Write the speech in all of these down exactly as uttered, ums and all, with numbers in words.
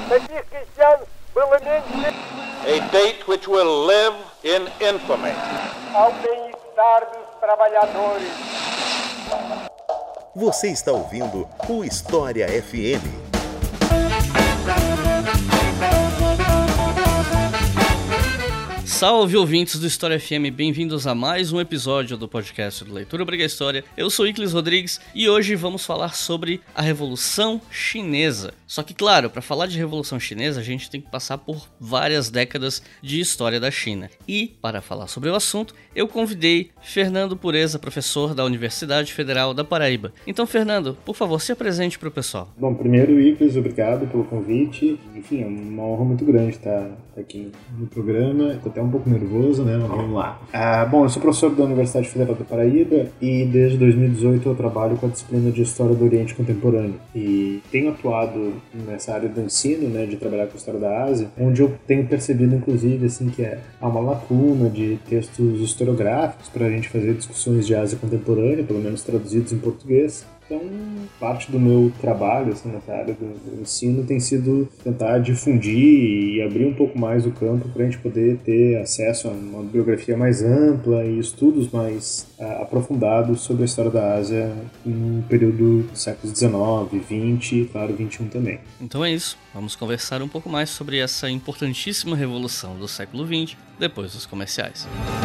A date which will live in infamy. Ao bem-estar dos trabalhadores. Você está ouvindo o História F M. Salve, ouvintes do História F M, bem-vindos a mais um episódio do podcast do Leitura Obriga História. Eu sou Iclis Rodrigues e hoje vamos falar sobre a Revolução Chinesa. Só que, claro, para falar de Revolução Chinesa, a gente tem que passar por várias décadas de história da China. E, para falar sobre o assunto, eu convidei Fernando Pureza, professor da Universidade Federal da Paraíba. Então, Fernando, por favor, se apresente para o pessoal. Bom, primeiro, Iclis, obrigado pelo convite. Enfim, é uma honra muito grande estar aqui no programa. Estou até um pouco nervoso, né? Mas vamos lá. Ah, bom, eu sou professor da Universidade Federal da Paraíba e desde dois mil e dezoito eu trabalho com a disciplina de História do Oriente Contemporâneo. E tenho atuado nessa área do ensino, né, de trabalhar com a História da Ásia, onde eu tenho percebido, inclusive, assim, que é, há uma lacuna de textos historiográficos para a gente fazer discussões de Ásia contemporânea, pelo menos traduzidos em português. Então, parte do meu trabalho assim, nessa área do, do ensino tem sido tentar difundir e abrir um pouco mais o campo para a gente poder ter acesso a uma bibliografia mais ampla e estudos mais uh, aprofundados sobre a história da Ásia no período dos séculos dezenove, vinte e, claro, vinte e um também. Então é isso, vamos conversar um pouco mais sobre essa importantíssima revolução do século vinte, depois dos comerciais.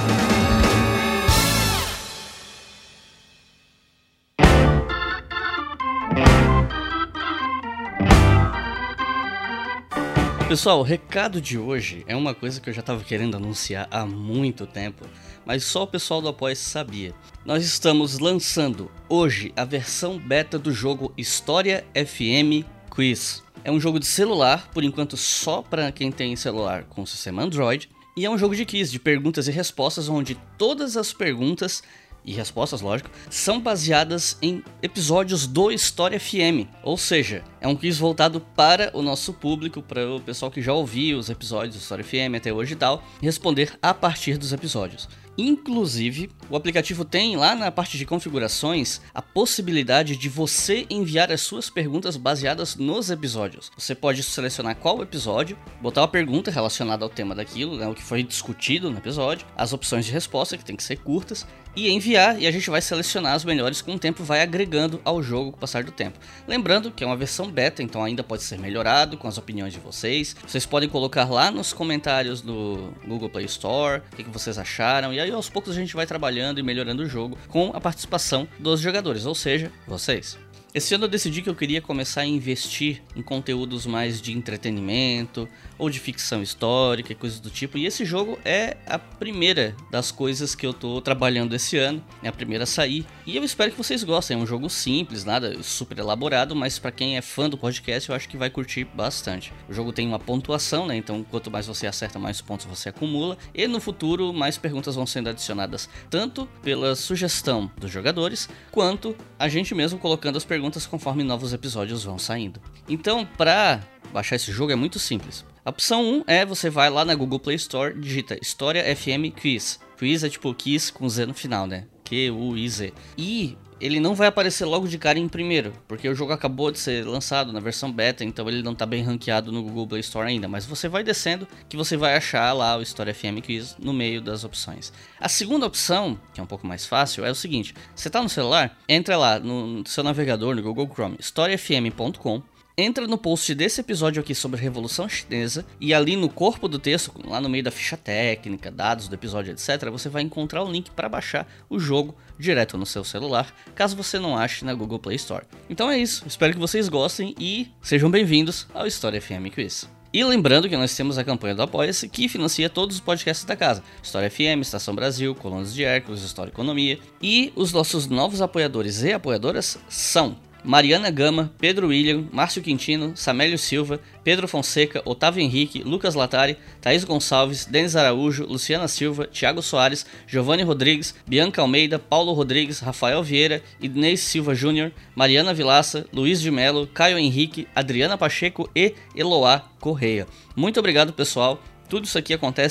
Pessoal, o recado de hoje é uma coisa que eu já estava querendo anunciar há muito tempo, mas só o pessoal do Apoia sabia. Nós estamos lançando hoje a versão beta do jogo História F M Quiz. É um jogo de celular, por enquanto só para quem tem celular com o sistema Android, e é um jogo de quiz, de perguntas e respostas, onde todas as perguntas e respostas, lógico, são baseadas em episódios do História F M. Ou seja, é um quiz voltado para o nosso público, para o pessoal que já ouviu os episódios do História F M até hoje e tal, responder a partir dos episódios. Inclusive, o aplicativo tem lá na parte de configurações a possibilidade de você enviar as suas perguntas baseadas nos episódios. Você pode selecionar qual episódio, botar uma pergunta relacionada ao tema daquilo, né, o que foi discutido no episódio, as opções de resposta, que tem que ser curtas, e enviar, e a gente vai selecionar as melhores com o tempo, vai agregando ao jogo com o passar do tempo. Lembrando que é uma versão beta, então ainda pode ser melhorado com as opiniões de vocês. Vocês podem colocar lá nos comentários do Google Play Store o que vocês acharam, e aí aos poucos a gente vai trabalhando e melhorando o jogo com a participação dos jogadores, ou seja, vocês. Esse ano eu decidi que eu queria começar a investir em conteúdos mais de entretenimento ou de ficção histórica e coisas do tipo. E esse jogo é a primeira das coisas que eu tô trabalhando esse ano, é a primeira a sair. E eu espero que vocês gostem, é um jogo simples, nada super elaborado, mas para quem é fã do podcast eu acho que vai curtir bastante. O jogo tem uma pontuação, né? Então quanto mais você acerta, mais pontos você acumula. E no futuro mais perguntas vão sendo adicionadas, tanto pela sugestão dos jogadores, quanto a gente mesmo colocando as perguntas conforme novos episódios vão saindo. Então, para baixar esse jogo é muito simples. A opção um é você vai lá na Google Play Store, digita História F M Quiz. Quiz é tipo Quiz com Z no final, né? Q U I Z. E ele não vai aparecer logo de cara em primeiro, porque o jogo acabou de ser lançado na versão beta, então ele não está bem ranqueado no Google Play Store ainda, mas você vai descendo que você vai achar lá o História F M Quiz no meio das opções. A segunda opção, que é um pouco mais fácil, é o seguinte: você está no celular, entra lá no seu navegador, no Google Chrome, história f m ponto com, entra no post desse episódio aqui sobre a Revolução Chinesa e ali no corpo do texto, lá no meio da ficha técnica, dados do episódio, etcétera, você vai encontrar o link para baixar o jogo direto no seu celular, caso você não ache na Google Play Store. Então é isso, espero que vocês gostem e sejam bem-vindos ao História F M Quiz. E lembrando que nós temos a campanha do Apoia-se, que financia todos os podcasts da casa. História F M, Estação Brasil, Colunas de Hércules, História e Economia. E os nossos novos apoiadores e apoiadoras são Mariana Gama, Pedro William, Márcio Quintino, Samélio Silva, Pedro Fonseca, Otávio Henrique, Lucas Latari, Thaís Gonçalves, Denis Araújo, Luciana Silva, Thiago Soares, Giovanni Rodrigues, Bianca Almeida, Paulo Rodrigues, Rafael Vieira, Idnei Silva Júnior, Mariana Vilaça, Luiz de Melo, Caio Henrique, Adriana Pacheco e Eloá Correia. Muito obrigado, pessoal. Tudo isso aqui acontece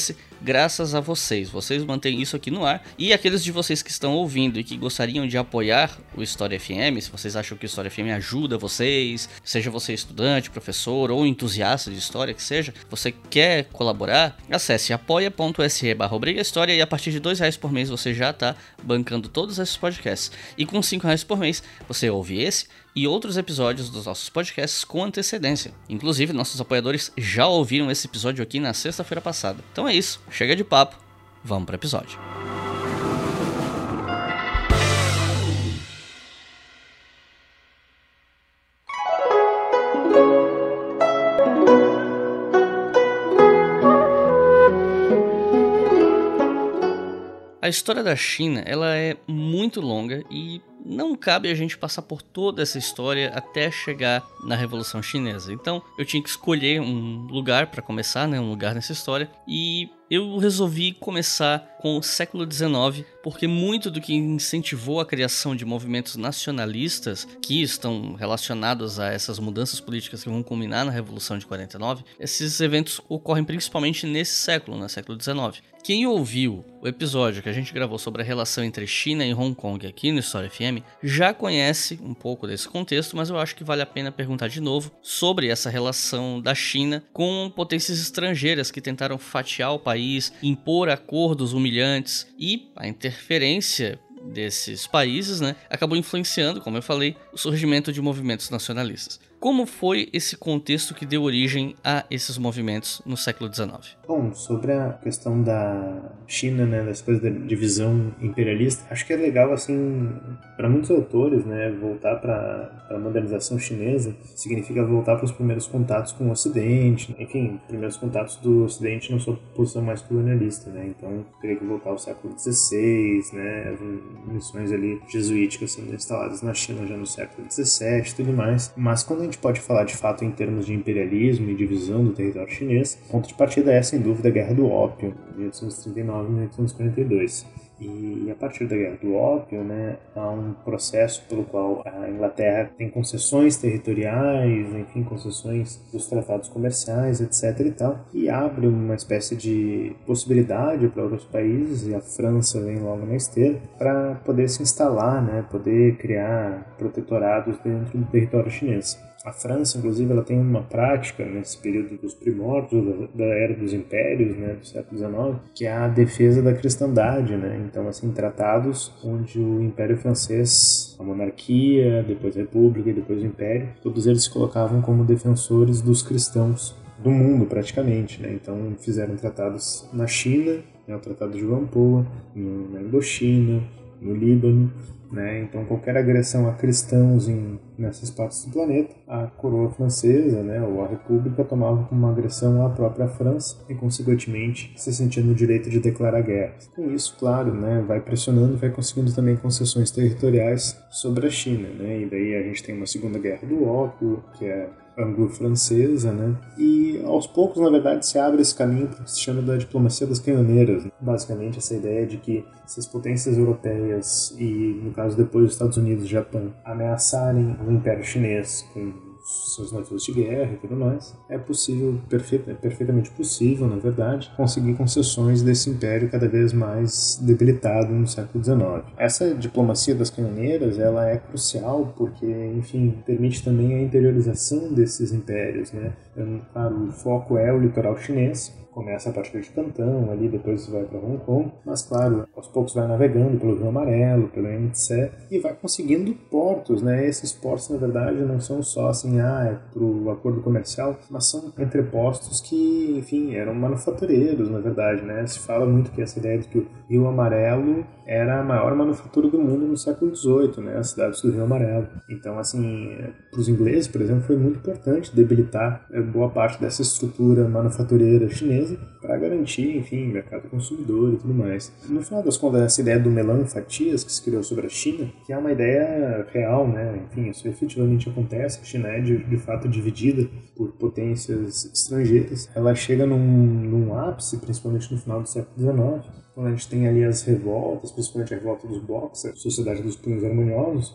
graças a vocês. Vocês mantêm isso aqui no ar. E aqueles de vocês que estão ouvindo e que gostariam de apoiar o História F M, se vocês acham que o História F M ajuda vocês, seja você estudante, professor ou entusiasta de história, que seja, você quer colaborar, acesse apoia.se barra Obriga História e a partir de dois reais por mês você já está bancando todos esses podcasts. E com cinco reais por mês você ouve esse e outros episódios dos nossos podcasts com antecedência. Inclusive, nossos apoiadores já ouviram esse episódio aqui na sexta-feira passada. Então é isso, chega de papo, vamos para o episódio. A história da China, ela é muito longa e não cabe a gente passar por toda essa história até chegar na Revolução Chinesa. Então, eu tinha que escolher um lugar para começar, né, um lugar nessa história, e eu resolvi começar com o século dezenove, porque muito do que incentivou a criação de movimentos nacionalistas que estão relacionados a essas mudanças políticas que vão culminar na Revolução de quarenta e nove, esses eventos ocorrem principalmente nesse século, no século dezenove. Quem ouviu o episódio que a gente gravou sobre a relação entre China e Hong Kong aqui no História F M já conhece um pouco desse contexto, mas eu acho que vale a pena perguntar de novo sobre essa relação da China com potências estrangeiras que tentaram fatiar o país, impor acordos humilhantes, e a interferência desses países, né, acabou influenciando, como eu falei, o surgimento de movimentos nacionalistas. Como foi esse contexto que deu origem a esses movimentos no século dezenove? Bom, sobre a questão da China, né, das coisas da divisão imperialista, acho que é legal, assim, para muitos autores, né, voltar para a modernização chinesa significa voltar para os primeiros contatos com o Ocidente, enfim, primeiros contatos do Ocidente na sua posição mais colonialista, né, então teria que voltar ao século dezesseis, né, as missões ali jesuíticas sendo instaladas na China já no século dezessete e tudo mais, mas quando a gente pode falar de fato em termos de imperialismo e divisão do território chinês, o ponto de partida é sem dúvida a Guerra do Ópio, de mil oitocentos e trinta e nove a mil oitocentos e quarenta e dois. E a partir da Guerra do Ópio, né, há um processo pelo qual a Inglaterra tem concessões territoriais, enfim, concessões dos tratados comerciais, etc e tal, e abre uma espécie de possibilidade para outros países, e a França vem logo na esteira, para poder se instalar, né, poder criar protetorados dentro do território chinês. A França, inclusive, ela tem uma prática nesse período dos primórdios da, da era dos impérios, né, do século dezenove, que é a defesa da cristandade, né? Então, assim, tratados onde o Império Francês, a monarquia, depois a República e depois o Império, todos eles se colocavam como defensores dos cristãos do mundo, praticamente, né? Então, fizeram tratados na China, né, o Tratado de Whampoa, na Indochina, no Líbano, né? Então, qualquer agressão a cristãos em, nessas partes do planeta, a coroa francesa, né, ou a República, tomava como uma agressão à própria França e, consequentemente, se sentia no direito de declarar guerra. Com isso, claro, né, vai pressionando e vai conseguindo também concessões territoriais sobre a China, né? E daí a gente tem uma Segunda Guerra do Ópio, que é anglo-francesa, né? E aos poucos, na verdade, se abre esse caminho para o que se chama da diplomacia das canhoneiras. Basicamente, essa ideia de que se as potências europeias e, no caso depois, os Estados Unidos e Japão ameaçarem o Império Chinês com seus navios de guerra e tudo mais, é possível, perfeita, é perfeitamente possível, na verdade, conseguir concessões desse império cada vez mais debilitado no século dezenove. Essa diplomacia das canhoneiras, ela é crucial porque, enfim, permite também a interiorização desses impérios, né? Então, claro, o foco é o litoral chinês, começa a partir de Cantão, ali depois vai para Hong Kong, mas claro, aos poucos vai navegando pelo Rio Amarelo, pelo Yangtze, e vai conseguindo portos, né? Esses portos, na verdade, não são só assim, ah, é pro acordo comercial, mas são entrepostos que, enfim, eram manufatureiros, na verdade, né? Se fala muito que essa ideia de que o Rio Amarelo era a maior manufatura do mundo no século dezoito, né? As cidades do Rio Amarelo. Então, assim, para os ingleses, por exemplo, foi muito importante debilitar boa parte dessa estrutura manufatureira chinesa para garantir, enfim, mercado consumidor e tudo mais. No final das contas, essa ideia do melão em fatias que se criou sobre a China, que é uma ideia real, né? Enfim, isso efetivamente acontece. A China é, de, de fato, dividida por potências estrangeiras. Ela chega num, num ápice, principalmente no final do século dezenove, quando a gente tem ali as revoltas, principalmente a revolta dos Boxers, Sociedade dos Punhos Harmoniosos,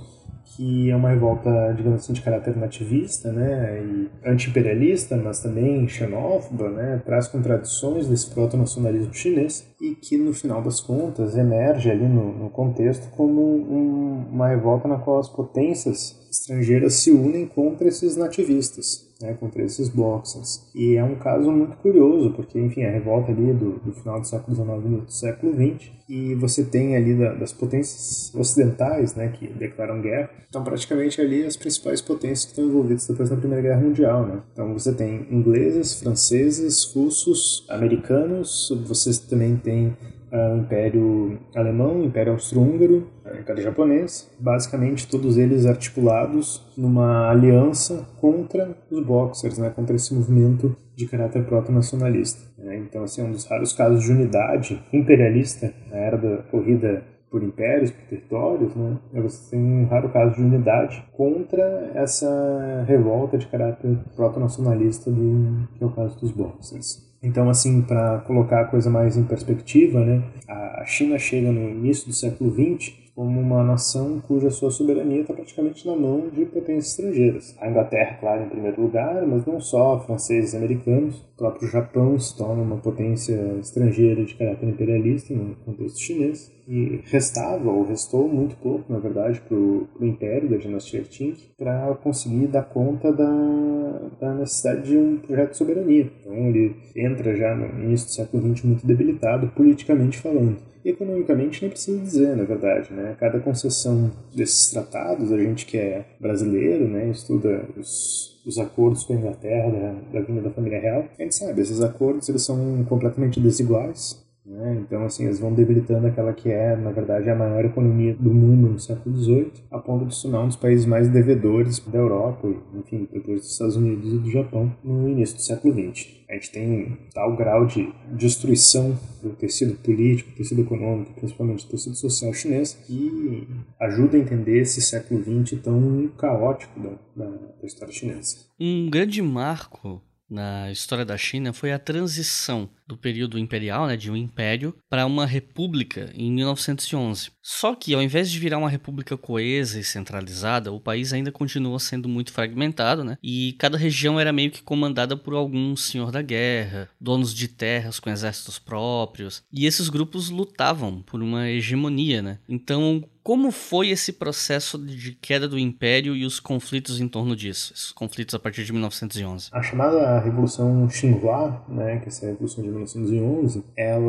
que é uma revolta, digamos assim, de caráter nativista, né, e anti-imperialista, mas também xenófoba, né, traz contradições desse proto-nacionalismo chinês e que, no final das contas, emerge ali no, no contexto como um, uma revolta na qual as potências estrangeiras se unem contra esses nativistas, né, contra esses boxers. E é um caso muito curioso, porque, enfim, a revolta ali do, do final do século dezenove e do século vinte, e você tem ali da, das potências ocidentais, né, que declaram guerra, então praticamente ali as principais potências que estão envolvidas depois da Primeira Guerra Mundial, né. Então você tem ingleses, franceses, russos, americanos, você também tem Uh, o Império Alemão, o Império Austro-Húngaro, o Império Japonês, basicamente todos eles articulados numa aliança contra os Boxers, né, contra esse movimento de caráter proto-nacionalista. Né? Então, assim, um dos raros casos de unidade imperialista na era da corrida por impérios, por territórios, né, você tem um raro caso de unidade contra essa revolta de caráter proto-nacionalista do, que é o caso dos Boxers. Então, assim, para colocar a coisa mais em perspectiva, né, a China chega no início do século vinte como uma nação cuja sua soberania está praticamente na mão de potências estrangeiras. A Inglaterra, claro, em primeiro lugar, mas não só, franceses e americanos. O próprio Japão se torna uma potência estrangeira de caráter imperialista no contexto chinês. E restava, ou restou muito pouco, na verdade, para o Império da dinastia Qing para conseguir dar conta da, da necessidade de um projeto de soberania. Então ele entra já no início do século vinte muito debilitado, politicamente falando. E economicamente nem precisa dizer, na verdade, né? Cada concessão desses tratados, a gente que é brasileiro, né, estuda os, os acordos com a Inglaterra da, da vinda da família real, a gente sabe, esses acordos eles são completamente desiguais. Né? Então, assim, eles vão debilitando aquela que é, na verdade, a maior economia do mundo no século dezoito, a ponto de se tornar um dos países mais devedores da Europa, enfim, depois dos Estados Unidos e do Japão, no início do século vinte. A gente tem um tal grau de destruição do tecido político, do tecido econômico, principalmente do tecido social chinês, que ajuda a entender esse século vinte tão caótico da, da, da história chinesa. Um grande marco na história da China foi a transição do período imperial, né, de um império, para uma república em mil novecentos e onze. Só que, ao invés de virar uma república coesa e centralizada, o país ainda continua sendo muito fragmentado, né, e cada região era meio que comandada por algum senhor da guerra, donos de terras com exércitos próprios, e esses grupos lutavam por uma hegemonia, né. Então, como foi esse processo de queda do Império e os conflitos em torno disso? Esses conflitos a partir de mil novecentos e onze. A chamada Revolução Xinhua, né, que é essa Revolução de mil novecentos e onze,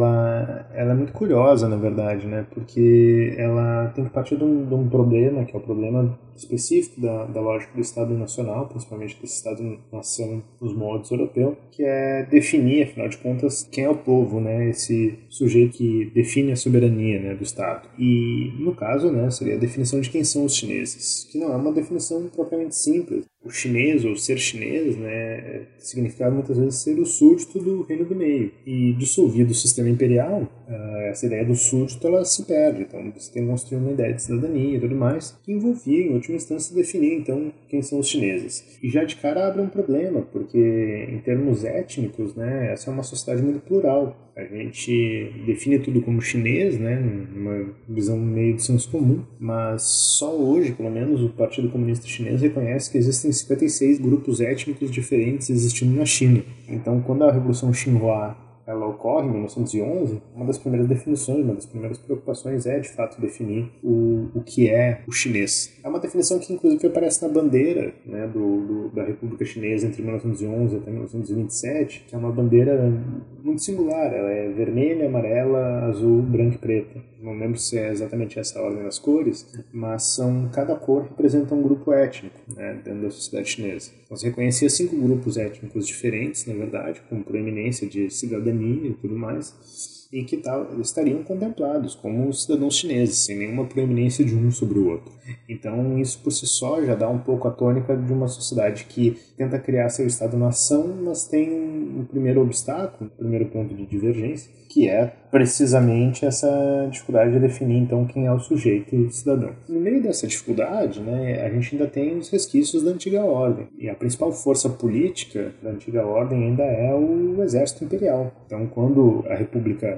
ela, ela é muito curiosa, na verdade, né, porque ela tem que partir de um, de um problema, que é o problema específico da, da lógica do Estado Nacional, principalmente desse Estado-nação nos moldes europeus, que é definir, afinal de contas, quem é o povo, né, esse sujeito que define a soberania, né, do Estado. E, no caso, né, seria a definição de quem são os chineses, que não é uma definição propriamente simples. O chinês, ou ser chinês, né, significava muitas vezes ser o súdito do Reino do Meio. E dissolvido o sistema imperial, essa ideia do súdito ela se perde. Então você tem que construir uma ideia de cidadania e tudo mais, que envolvia, em última instância, definir então quem são os chineses. E já de cara abre um problema, porque em termos étnicos, né, essa é uma sociedade muito plural. A gente define tudo como chinês, né, numa visão meio de senso comum, mas só hoje, pelo menos, o Partido Comunista Chinês reconhece que existem cinquenta e seis grupos étnicos diferentes existindo na China. Então, quando a Revolução Xinhua ela ocorre em mil novecentos e onze, uma das primeiras definições, uma das primeiras preocupações é, de fato, definir o, o que é o chinês. É uma definição que, inclusive, aparece na bandeira, né, do, do, da República Chinesa entre mil novecentos e onze até mil novecentos e vinte e sete, que é uma bandeira muito singular. Ela é vermelha, amarela, azul, branca e preta. Não lembro se é exatamente essa a ordem das cores, mas são, cada cor representa um grupo étnico, né, dentro da sociedade chinesa. Então, se reconhecia cinco grupos étnicos diferentes, na verdade, com proeminência de cidadania e tudo mais, e que tal, estariam contemplados como cidadãos chineses, sem nenhuma proeminência de um sobre o outro. Então isso por si só já dá um pouco a tônica de uma sociedade que tenta criar seu Estado-nação, mas tem um primeiro obstáculo, um primeiro ponto de divergência, que é precisamente essa dificuldade de definir então quem é o sujeito cidadão. No meio dessa dificuldade, né, a gente ainda tem os resquícios da antiga ordem, e a principal força política da antiga ordem ainda é o exército imperial. Então quando a República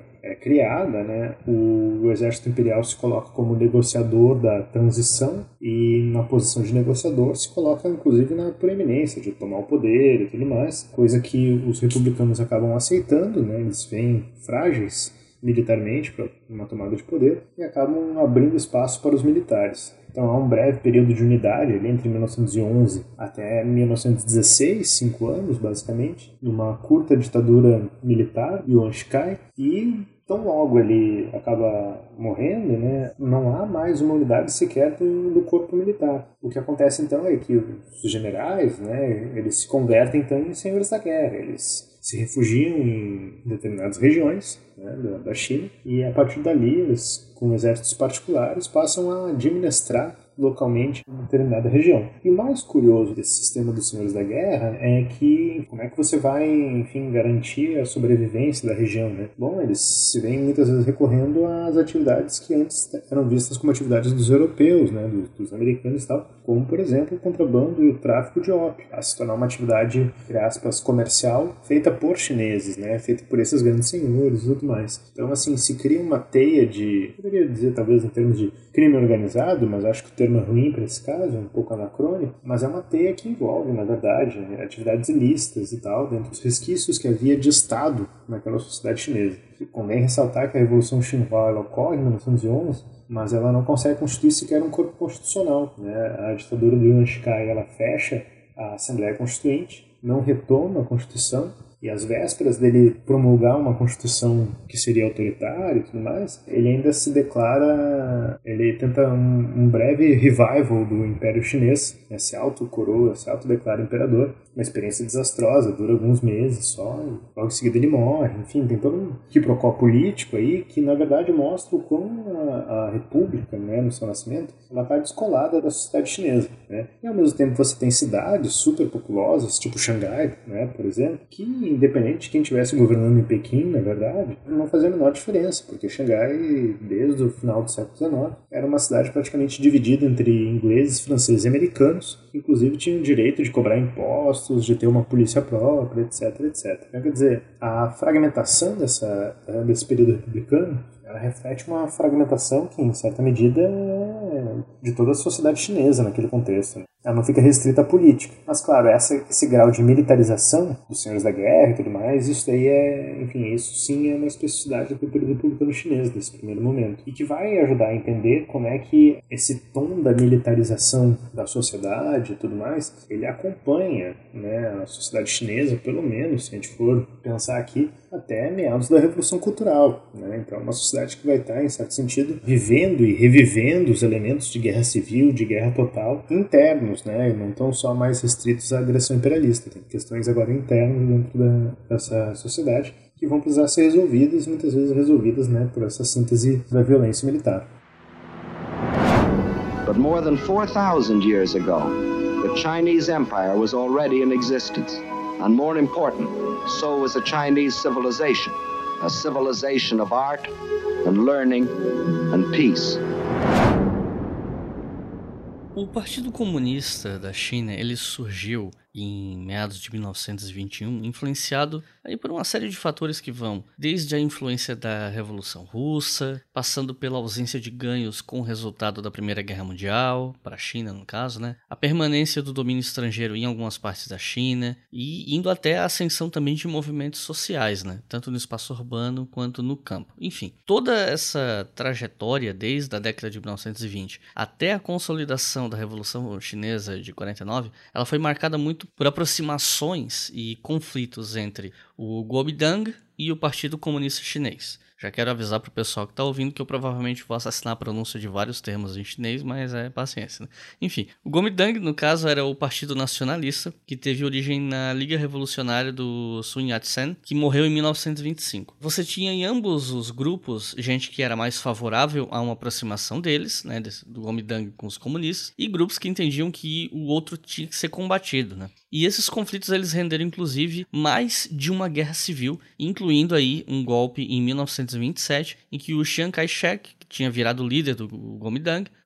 República é criada, né, o, o exército imperial se coloca como negociador da transição e na posição de negociador se coloca inclusive na proeminência de tomar o poder e tudo mais, coisa que os republicanos acabam aceitando, né, eles veem frágeis militarmente para uma tomada de poder e acabam abrindo espaço para os militares. Então há um breve período de unidade ali entre mil novecentos e onze até mil novecentos e dezesseis, cinco anos basicamente, numa curta ditadura militar, Yuan Shikai, e tão logo ele acaba morrendo, né, não há mais uma unidade sequer do, do corpo militar. O que acontece então é que os generais, né, eles se convertem então em senhores da guerra, eles se refugiam em determinadas regiões, né, da, da China, e a partir dali eles, com exércitos particulares, passam a administrar localmente em determinada região. E o mais curioso desse sistema dos senhores da guerra é que como é que você vai, enfim, garantir a sobrevivência da região, né? Bom, eles se veem muitas vezes recorrendo às atividades que antes eram vistas como atividades dos europeus, né, dos, dos americanos e tal, como, por exemplo, o contrabando e o tráfico de ópio, a se tornar uma atividade, entre aspas, comercial, feita por chineses, né, feita por esses grandes senhores e tudo mais. Então, assim, se cria uma teia de, eu poderia dizer talvez em termos de crime organizado, mas acho que o termo é ruim para esse caso, é um pouco anacrônico, mas é uma teia que envolve, na verdade, atividades ilícitas e tal, dentro dos resquícios que havia de Estado naquela sociedade chinesa. E convém ressaltar que a Revolução Xinhua ela ocorre em mil novecentos e onze, mas ela não consegue constituir sequer um corpo constitucional, né? A ditadura do Yuan Shikai ela fecha a Assembleia Constituinte, não retoma a Constituição, e às vésperas dele promulgar uma Constituição que seria autoritária e tudo mais, ele ainda se declara, ele tenta um, um breve revival do Império Chinês, né, se auto-coroa, se autodeclara imperador, uma experiência desastrosa, dura alguns meses só, e logo em seguida ele morre, enfim, tem todo um quiprocó político aí, que na verdade mostra o quão a, a República, né, no seu nascimento, ela está descolada da sociedade chinesa, né, e ao mesmo tempo você tem cidades super populosas, tipo Xangai, né, por exemplo, que independente de quem estivesse governando em Pequim, na verdade, não fazia a menor diferença, porque Xangai, desde o final do século dezenove, era uma cidade praticamente dividida entre ingleses, franceses e americanos, inclusive tinha o direito de cobrar impostos, de ter uma polícia própria, etc, etcétera. Então, quer dizer, a fragmentação dessa, desse período republicano, ela reflete uma fragmentação que, em certa medida, é de toda a sociedade chinesa naquele contexto, né? Ela não fica restrita à política. Mas, claro, essa, esse grau de militarização dos senhores da guerra e tudo mais, isso daí é, enfim, isso sim é uma especificidade do período republicano chinês, desse primeiro momento. E que vai ajudar a entender como é que esse tom da militarização da sociedade e tudo mais, ele acompanha, né, a sociedade chinesa, pelo menos, se a gente for pensar aqui, até meados da Revolução Cultural, né? Então é uma sociedade que vai estar, em certo sentido, vivendo e revivendo os elementos de guerra civil, de guerra total, internos, né? E não estão só mais restritos à agressão imperialista. Tem questões agora internas dentro da, dessa sociedade que vão precisar ser resolvidas, muitas vezes resolvidas, né, por essa síntese da violência militar. But more than four thousand years ago, the Chinese Empire was already in existence. And more important, so was the Chinese civilization, a civilization of art and learning and peace. O Partido Comunista da China, ele surgiu em meados de mil novecentos e vinte e um, influenciado aí por uma série de fatores que vão desde a influência da Revolução Russa, passando pela ausência de ganhos com o resultado da Primeira Guerra Mundial, para a China no caso, né? A permanência do domínio estrangeiro em algumas partes da China e indo até a ascensão também de movimentos sociais, né? Tanto no espaço urbano quanto no campo. Enfim, toda essa trajetória desde a década de mil novecentos e vinte até a consolidação da Revolução Chinesa de quarenta e nove, ela foi marcada muito por aproximações e conflitos entre o Kuomintang e o Partido Comunista Chinês. Já quero avisar para o pessoal que está ouvindo que eu provavelmente vou assassinar a pronúncia de vários termos em chinês, mas é paciência, né? Enfim, o Kuomintang, no caso, era o partido nacionalista que teve origem na Liga Revolucionária do Sun Yat-sen, que morreu em mil novecentos e vinte e cinco. Você tinha em ambos os grupos gente que era mais favorável a uma aproximação deles, né, do Kuomintang com os comunistas, e grupos que entendiam que o outro tinha que ser combatido, né? E esses conflitos eles renderam inclusive mais de uma guerra civil, incluindo aí um golpe em mil novecentos e vinte e sete, em que o Chiang Kai-shek, que tinha virado líder do Kuomintang,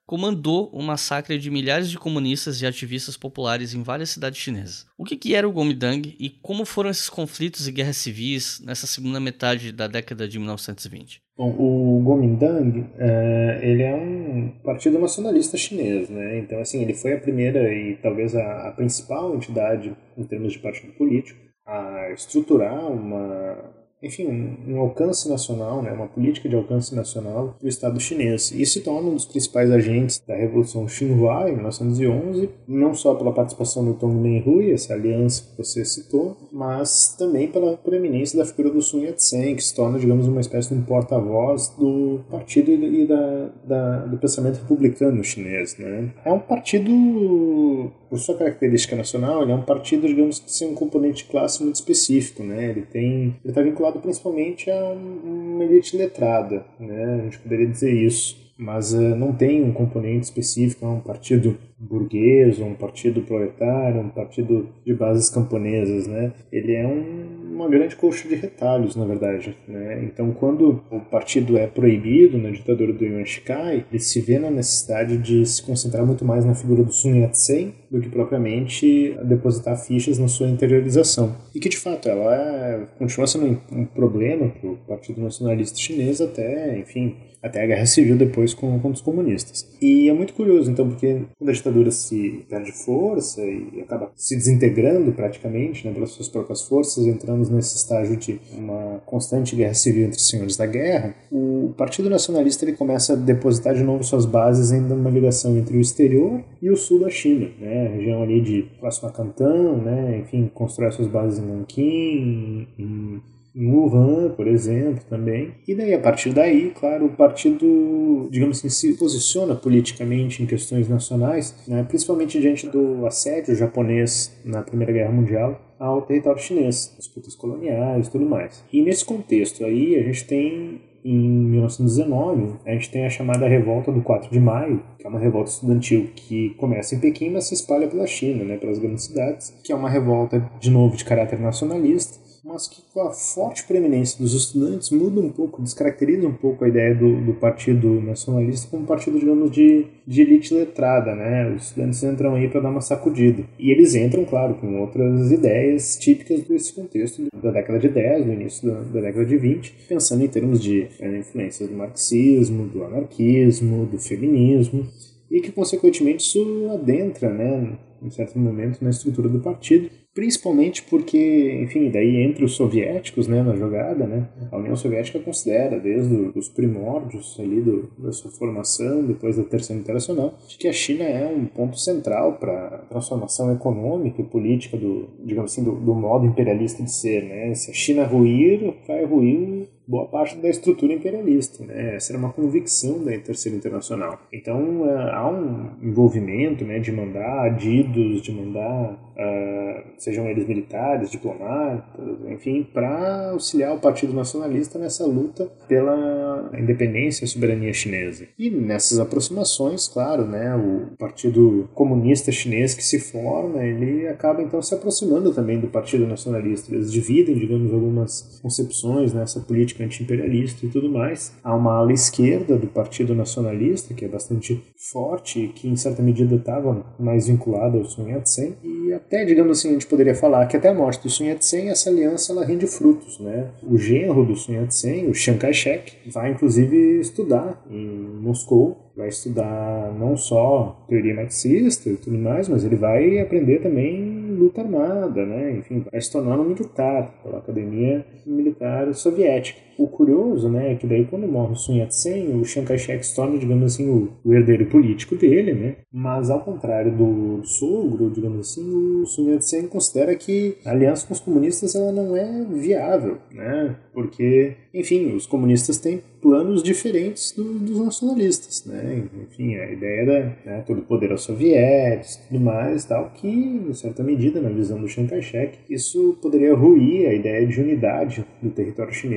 comandou o massacre de milhares de comunistas e ativistas populares em várias cidades chinesas. O que, que era o Kuomintang e como foram esses conflitos e guerras civis nessa segunda metade da década de mil novecentos e vinte? Bom, o Kuomintang, é, ele é um partido nacionalista chinês, né? Então, assim, ele foi a primeira e talvez a, a principal entidade em termos de partido político a estruturar uma, enfim, um, um alcance nacional, né? Uma política de alcance nacional do Estado chinês. E se torna um dos principais agentes da Revolução Xinhua, em mil novecentos e onze, não só pela participação do Tong Menghui, essa aliança que você citou, mas também pela proeminência da figura do Sun Yat-sen, que se torna, digamos, uma espécie de um porta-voz do partido e da, da, do pensamento republicano chinês, né? É um partido, por sua característica nacional, ele é um partido, digamos, que tem um componente de classe muito específico, né? Ele tem, ele está vinculado principalmente a uma elite letrada, né? A gente poderia dizer isso, mas uh, não tem um componente específico, é um partido burguês, um partido proletário, um partido de bases camponesas, né? Ele é um, uma grande colcha de retalhos, na verdade, né? Então, quando o partido é proibido na ditadura do Yuan Shikai, ele se vê na necessidade de se concentrar muito mais na figura do Sun Yat-sen do que propriamente depositar fichas na sua interiorização. E que, de fato, ela é, continua sendo um problema para o Partido Nacionalista Chinês até, enfim, até a Guerra Civil depois com, com os comunistas. E é muito curioso, então, porque quando a ditadura se perde força e acaba se desintegrando praticamente, né, pelas suas próprias forças, entramos nesse estágio de uma constante guerra civil entre os senhores da guerra, o Partido Nacionalista ele começa a depositar de novo suas bases em uma ligação entre o exterior e o sul da China, né, a região ali de próximo a Canton, né, enfim, constrói suas bases em Nanquim, em em Wuhan, por exemplo, também. E daí, a partir daí, claro, o partido, digamos assim, se posiciona politicamente em questões nacionais, né, principalmente diante do assédio japonês na Primeira Guerra Mundial ao território chinês, disputas coloniais e tudo mais. E nesse contexto aí, a gente tem, em mil novecentos e dezenove, a gente tem a chamada Revolta do quatro de maio, que é uma revolta estudantil que começa em Pequim, mas se espalha pela China, né, pelas grandes cidades, que é uma revolta, de novo, de caráter nacionalista, mas que com a forte preeminência dos estudantes muda um pouco, descaracteriza um pouco a ideia do, do partido nacionalista como um partido, digamos, de, de elite letrada, né? Os estudantes entram aí para dar uma sacudida. E eles entram, claro, com outras ideias típicas desse contexto da década de dez, do início da, da década de vinte, pensando em termos de é, influências do marxismo, do anarquismo, do feminismo, e que, consequentemente, isso adentra, né, em certo momento, na estrutura do partido, principalmente porque, enfim, daí entre os soviéticos, né, na jogada, né, a União Soviética considera, desde os primórdios ali do, da sua formação, depois da Terceira Internacional, de que a China é um ponto central para a transformação econômica e política do, digamos assim, do, do modo imperialista de ser, né. Se a China ruir, vai ruir boa parte da estrutura imperialista, né? Essa era uma convicção da Terceira Internacional. Então, uh, há um envolvimento, né, de mandar adidos, de mandar, uh, sejam eles militares, diplomatas, enfim, para auxiliar o Partido Nacionalista nessa luta pela independência e soberania chinesa. E nessas aproximações, claro, né, o Partido Comunista Chinês que se forma, ele acaba então se aproximando também do Partido Nacionalista. Eles dividem, digamos, algumas concepções nessa política anti-imperialista e tudo mais. Há uma ala esquerda do Partido Nacionalista, que é bastante forte, que em certa medida estava mais vinculada ao Sun Yat-sen, e até, digamos assim, a gente poderia falar que até a morte do Sun Yat-sen, essa aliança ela rende frutos, né? O genro do Sun Yat-sen, o Chiang Kai-shek, vai inclusive estudar em Moscou, vai estudar não só teoria marxista e tudo mais, mas ele vai aprender também luta armada, né? Enfim, vai se tornar um militar pela Academia Militar Soviética. O curioso, né, é que daí quando morre o Sun Yat-sen, o Chiang Kai-shek se torna, digamos assim, o, o herdeiro político dele, né? Mas ao contrário do sogro, digamos assim, o Sun Yat-sen considera que a aliança com os comunistas ela não é viável, né? Porque, enfim, os comunistas têm planos diferentes do, dos nacionalistas, né? Enfim, a ideia era, né, todo o poder aos soviéticos e tudo mais, tal, que, em certa medida, na visão do Chiang Kai-shek, isso poderia ruir a ideia de unidade do território chinês, que se torna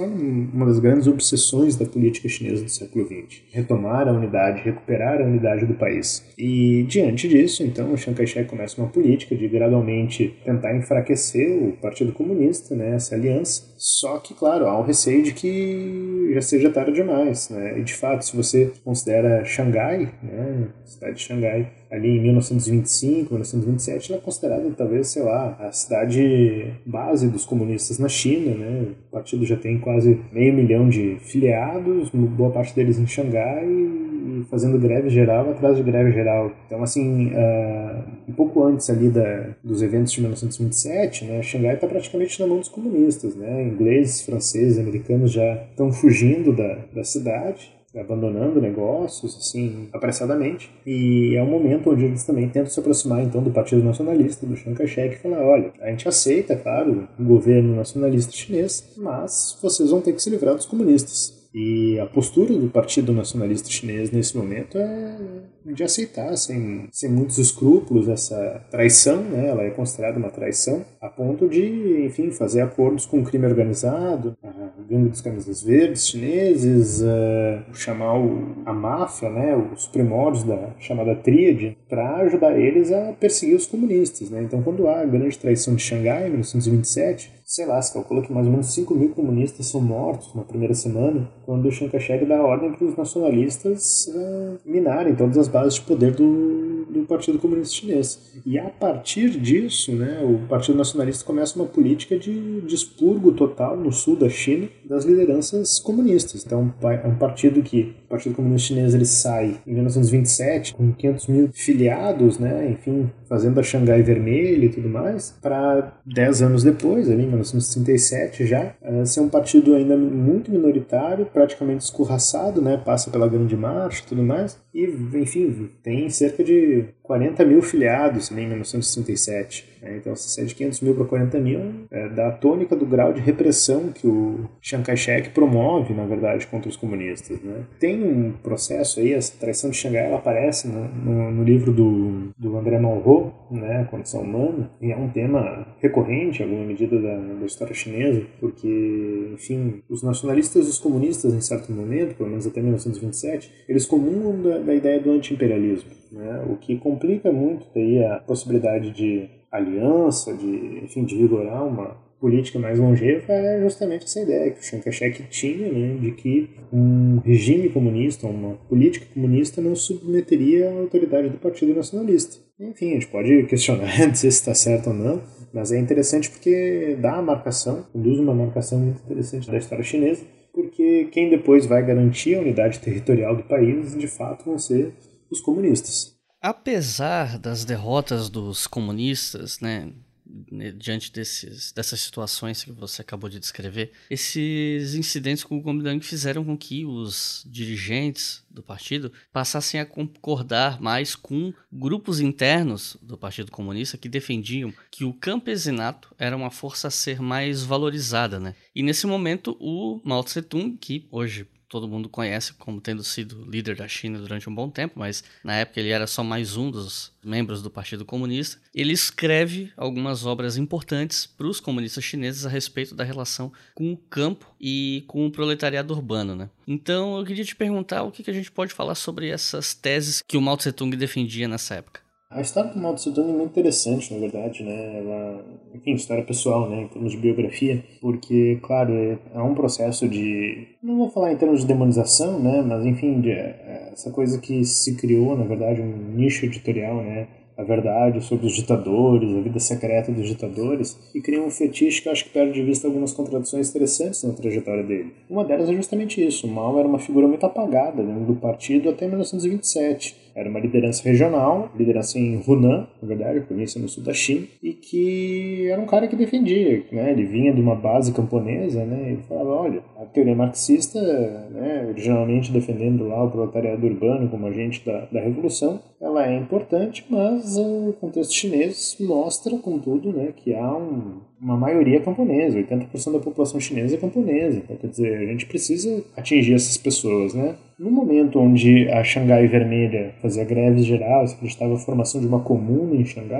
uma das grandes obsessões da política chinesa do século vinte. Retomar a unidade, recuperar a unidade do país. E diante disso, então, o Chiang Kai-shek começa uma política de gradualmente tentar enfraquecer o Partido Comunista, né, essa aliança. Só que, claro, há o receio de que já seja tarde demais, né? E de fato, se você considera Xangai, né, a cidade de Xangai, ali em mil novecentos e vinte e cinco, mil novecentos e vinte e sete, ela é considerada talvez, sei lá, a cidade base dos comunistas na China, né? O partido já tem quase meio milhão de filiados, boa parte deles em Xangai, e fazendo greve geral atrás de greve geral. Então, assim, uh, um pouco antes ali da, dos eventos de mil novecentos e vinte e sete, né, Xangai está praticamente na mão dos comunistas, né? Ingleses, franceses, americanos já estão fugindo da, da cidade, abandonando negócios, assim, apressadamente. E é um momento onde eles também tentam se aproximar, então, do Partido Nacionalista, do Chiang Kai-shek, e falar, olha, a gente aceita, claro, o governo nacionalista chinês, mas vocês vão ter que se livrar dos comunistas. E a postura do Partido Nacionalista Chinês nesse momento é de aceitar, sem, sem muitos escrúpulos, essa traição, né? Ela é considerada uma traição, a ponto de, enfim, fazer acordos com o crime organizado, a gangue dos camisas verdes chineses, uh, chamar o, a máfia, né? Os primórdios da chamada tríade, para ajudar eles a perseguir os comunistas, né? Então, quando há a grande traição de Xangai, em mil novecentos e vinte e sete, sei lá, se calcula que mais ou menos cinco mil comunistas são mortos na primeira semana, quando o Chiang Kai-shek dá ordem para os nacionalistas uh, minarem todas as bases de poder do, do Partido Comunista Chinês. E a partir disso, né, o Partido Nacionalista começa uma política de, de expurgo total no sul da China das lideranças comunistas. Então é um partido que, o Partido Comunista Chinês, ele sai em mil novecentos e vinte e sete com quinhentos mil filiados, né, enfim, fazendo a Xangai vermelha e tudo mais, para dez anos depois, ali em mil novecentos e trinta e sete já, uh, ser um partido ainda muito minoritário, praticamente escorraçado, né, passa pela Grande Marcha e tudo mais, e, enfim, tem cerca de quarenta mil filiados, né, em mil novecentos e trinta e sete. Né? Então, se sai de quinhentos mil para quarenta mil, é, dá a tônica do grau de repressão que o Chiang Kai-shek promove, na verdade, contra os comunistas. Né? Tem um processo aí, essa traição de Xangai, ela aparece no, no, no livro do, do André Malraux, né, A Condição Humana, e é um tema recorrente, em alguma medida, da, da história chinesa, porque, enfim, os nacionalistas e os comunistas, em certo momento, pelo menos até mil novecentos e vinte e sete, eles comungam da, da ideia do anti-imperialismo, né, o que complica muito daí a possibilidade de aliança, de, enfim, de vigorar uma política mais longeva, é justamente essa ideia que o Chiang Kai-shek tinha, né, de que um regime comunista, uma política comunista não submeteria à autoridade do Partido Nacionalista. Enfim, a gente pode questionar, dizer se está certo ou não, mas é interessante porque dá a marcação, conduz uma marcação muito interessante da história chinesa, porque quem depois vai garantir a unidade territorial do país, de fato, vão ser os comunistas. Apesar das derrotas dos comunistas, né, diante desses, dessas situações que você acabou de descrever, esses incidentes com o Kuomintang fizeram com que os dirigentes do partido passassem a concordar mais com grupos internos do Partido Comunista que defendiam que o campesinato era uma força a ser mais valorizada, né? E nesse momento o Mao Tse-tung, que hoje todo mundo conhece como tendo sido líder da China durante um bom tempo, mas na época ele era só mais um dos membros do Partido Comunista, ele escreve algumas obras importantes para os comunistas chineses a respeito da relação com o campo e com o proletariado urbano, né? Então eu queria te perguntar o que a gente pode falar sobre essas teses que o Mao Tse-tung defendia nessa época. A história do Mao Tse-tung é muito interessante, na verdade, né? Ela, enfim, história pessoal, né? Em termos de biografia, porque, claro, é, é um processo de, não vou falar em termos de demonização, né? Mas, enfim, de, é, essa coisa que se criou, na verdade, um nicho editorial, né? A verdade sobre os ditadores, a vida secreta dos ditadores, e cria um fetiche que eu acho que perde de vista algumas contradições interessantes na trajetória dele. Uma delas é justamente isso: o Mao era uma figura muito apagada dentro do partido até mil novecentos e vinte e sete. Era uma liderança regional, liderança em Hunan, na verdade, província no sul da China, e que era um cara que defendia, né? Ele vinha de uma base camponesa, né? Ele falava, olha, a teoria marxista, né, originalmente defendendo lá o proletariado urbano como agente da, da revolução, ela é importante, mas o contexto chinês mostra, contudo, né, que há um, uma maioria camponesa, oitenta por cento da população chinesa é camponesa. Então, quer dizer, a gente precisa atingir essas pessoas, né? No momento onde a Xangai Vermelha fazia greves gerais, acreditava a formação de uma comuna em Xangai,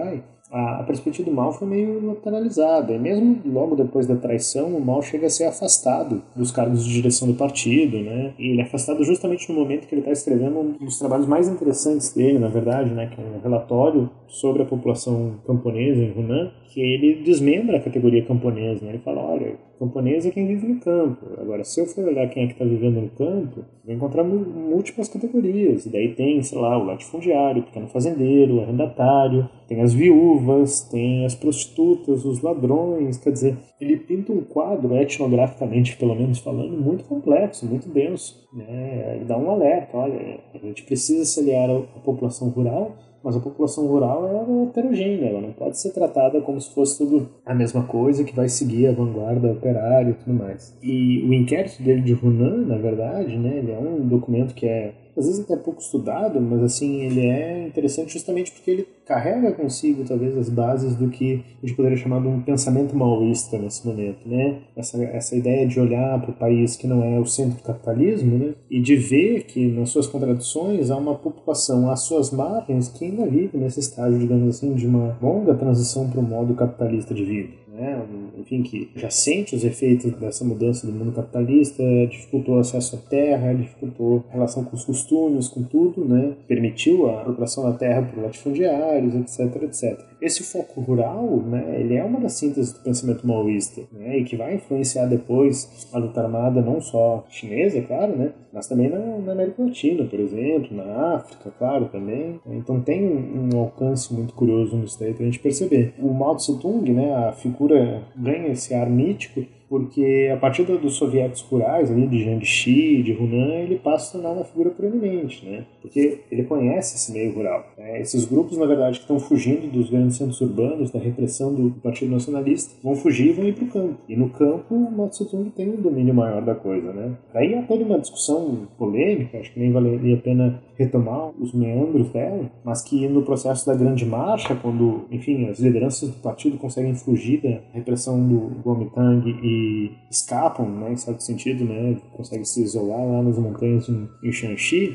a, a perspectiva do Mao foi meio lateralizada, e mesmo logo depois da traição, o Mao chega a ser afastado dos cargos de direção do partido, né? E ele é afastado justamente no momento que ele está escrevendo um dos trabalhos mais interessantes dele, na verdade, né? Que é um relatório sobre a população camponesa em Hunan, que ele desmembra a categoria camponesa, né? Ele fala, olha, camponês é quem vive no campo. Agora, se eu for olhar quem é que está vivendo no campo, vou encontrar múltiplas categorias. E daí tem, sei lá, o latifundiário, o pequeno fazendeiro, o arrendatário, tem as viúvas, tem as prostitutas, os ladrões. Quer dizer, ele pinta um quadro, etnograficamente pelo menos falando, muito complexo, muito denso, né? Ele dá um alerta, olha, a gente precisa se aliar à população rural, mas a população rural é heterogênea, ela não pode ser tratada como se fosse tudo a mesma coisa que vai seguir a vanguarda operária e tudo mais. E o inquérito dele de Hunan, na verdade, né, ele é um documento que é às vezes até pouco estudado, mas assim, ele é interessante justamente porque ele carrega consigo talvez as bases do que a gente poderia chamar de um pensamento maoísta nesse momento, né? Essa, essa ideia de olhar para o país que não é o centro do capitalismo, né? E de ver que nas suas contradições há uma população às suas margens que ainda vive nesse estágio, digamos assim, de uma longa transição para o modo capitalista de vida. Né? Enfim, que já sente os efeitos dessa mudança do mundo capitalista, dificultou o acesso à terra, dificultou a relação com os costumes, com tudo, né? Permitiu a apropriação da terra por latifundiários, etc, etcétera. Esse foco rural, né, ele é uma das sínteses do pensamento maoísta, né, e que vai influenciar depois a luta armada não só chinesa, claro, né, mas também na, na América Latina, por exemplo, na África, claro, também. Então tem um, um alcance muito curioso nisso daí pra gente perceber. O Mao Tse-tung, né, a figura ganha esse ar mítico porque a partir dos soviéticos rurais, ali, de Jiangxi, de Hunan, ele passa a tornar uma figura proeminente, né? Porque ele conhece esse meio rural. Né? Esses grupos, na verdade, que estão fugindo dos grandes centros urbanos, da repressão do Partido Nacionalista, vão fugir e vão ir para o campo. E no campo, o Mao Tse-tung tem um domínio maior da coisa, né? Daí há toda uma discussão polêmica, acho que nem valeria a pena retomar os meandros dela, mas que no processo da Grande Marcha, quando, enfim, as lideranças do partido conseguem fugir da repressão do Kuomintang e escapam, né, em certo sentido, né, conseguem se isolar lá nas montanhas em, em Shanxi,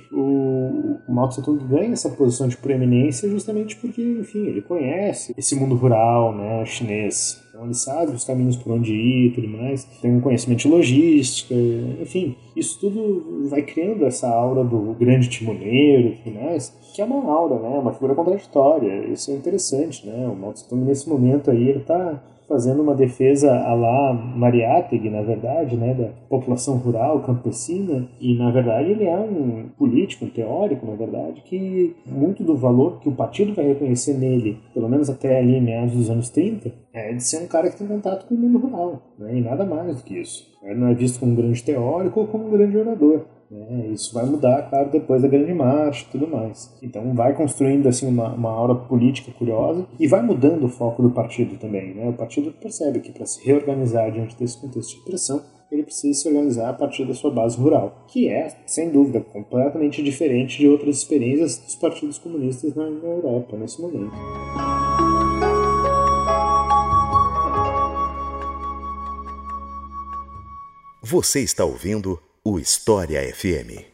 o, o Mao Tse-tung ganha essa posição de preeminência justamente porque, enfim, ele conhece esse mundo rural, né, chinês. Então ele sabe os caminhos por onde ir e tudo mais, tem um conhecimento de logística, enfim, isso tudo vai criando essa aura do grande timoneiro e tudo mais, que é uma aura, né, uma figura contraditória, isso é interessante, né, o Mao Tse-tung nesse momento aí, ele está fazendo uma defesa à la Mariátegui, na verdade, né, da população rural, campesina, e na verdade ele é um político, um teórico, na verdade, que muito do valor que o partido vai reconhecer nele, pelo menos até ali meados dos anos trinta, é de ser um cara que tem contato com o mundo rural, né, e nada mais do que isso. Ele não é visto como um grande teórico ou como um grande orador. Né? Isso vai mudar, claro, depois da Grande Marcha e tudo mais. Então vai construindo assim, uma, uma aura política curiosa e vai mudando o foco do partido também. Né? O partido percebe que para se reorganizar diante desse contexto de pressão, ele precisa se organizar a partir da sua base rural, que é, sem dúvida, completamente diferente de outras experiências dos partidos comunistas na, na Europa nesse momento. Você está ouvindo o História F M.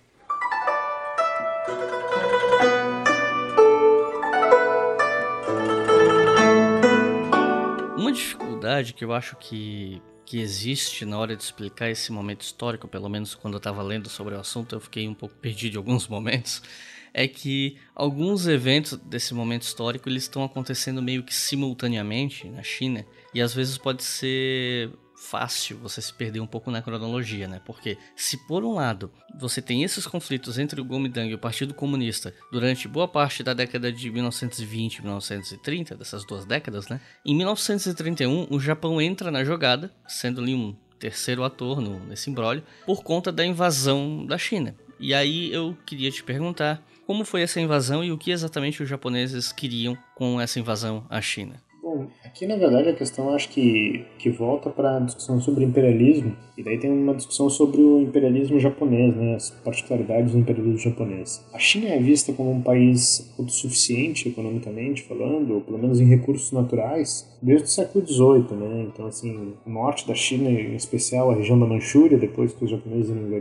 Uma dificuldade que eu acho que, que existe na hora de explicar esse momento histórico, pelo menos quando eu estava lendo sobre o assunto, eu fiquei um pouco perdido em alguns momentos, é que alguns eventos desse momento histórico eles estão acontecendo meio que simultaneamente na China, e às vezes pode ser fácil você se perder um pouco na cronologia, né? Porque se por um lado você tem esses conflitos entre o Kuomintang e o Partido Comunista durante boa parte da década de mil novecentos e vinte e mil novecentos e trinta, dessas duas décadas, né? Em mil novecentos e trinta e um, o Japão entra na jogada, sendo ali um terceiro ator no, nesse imbróglio, por conta da invasão da China. E aí eu queria te perguntar como foi essa invasão e o que exatamente os japoneses queriam com essa invasão à China. Bom, aqui na verdade a questão acho que, que volta para a discussão sobre imperialismo, e daí tem uma discussão sobre o imperialismo japonês, né, as particularidades do imperialismo japonês. A China é vista como um país autossuficiente economicamente falando, ou pelo menos em recursos naturais, desde o século dezoito, né, então assim, o norte da China, em especial a região da Manchúria, depois que os japoneses iam invadir,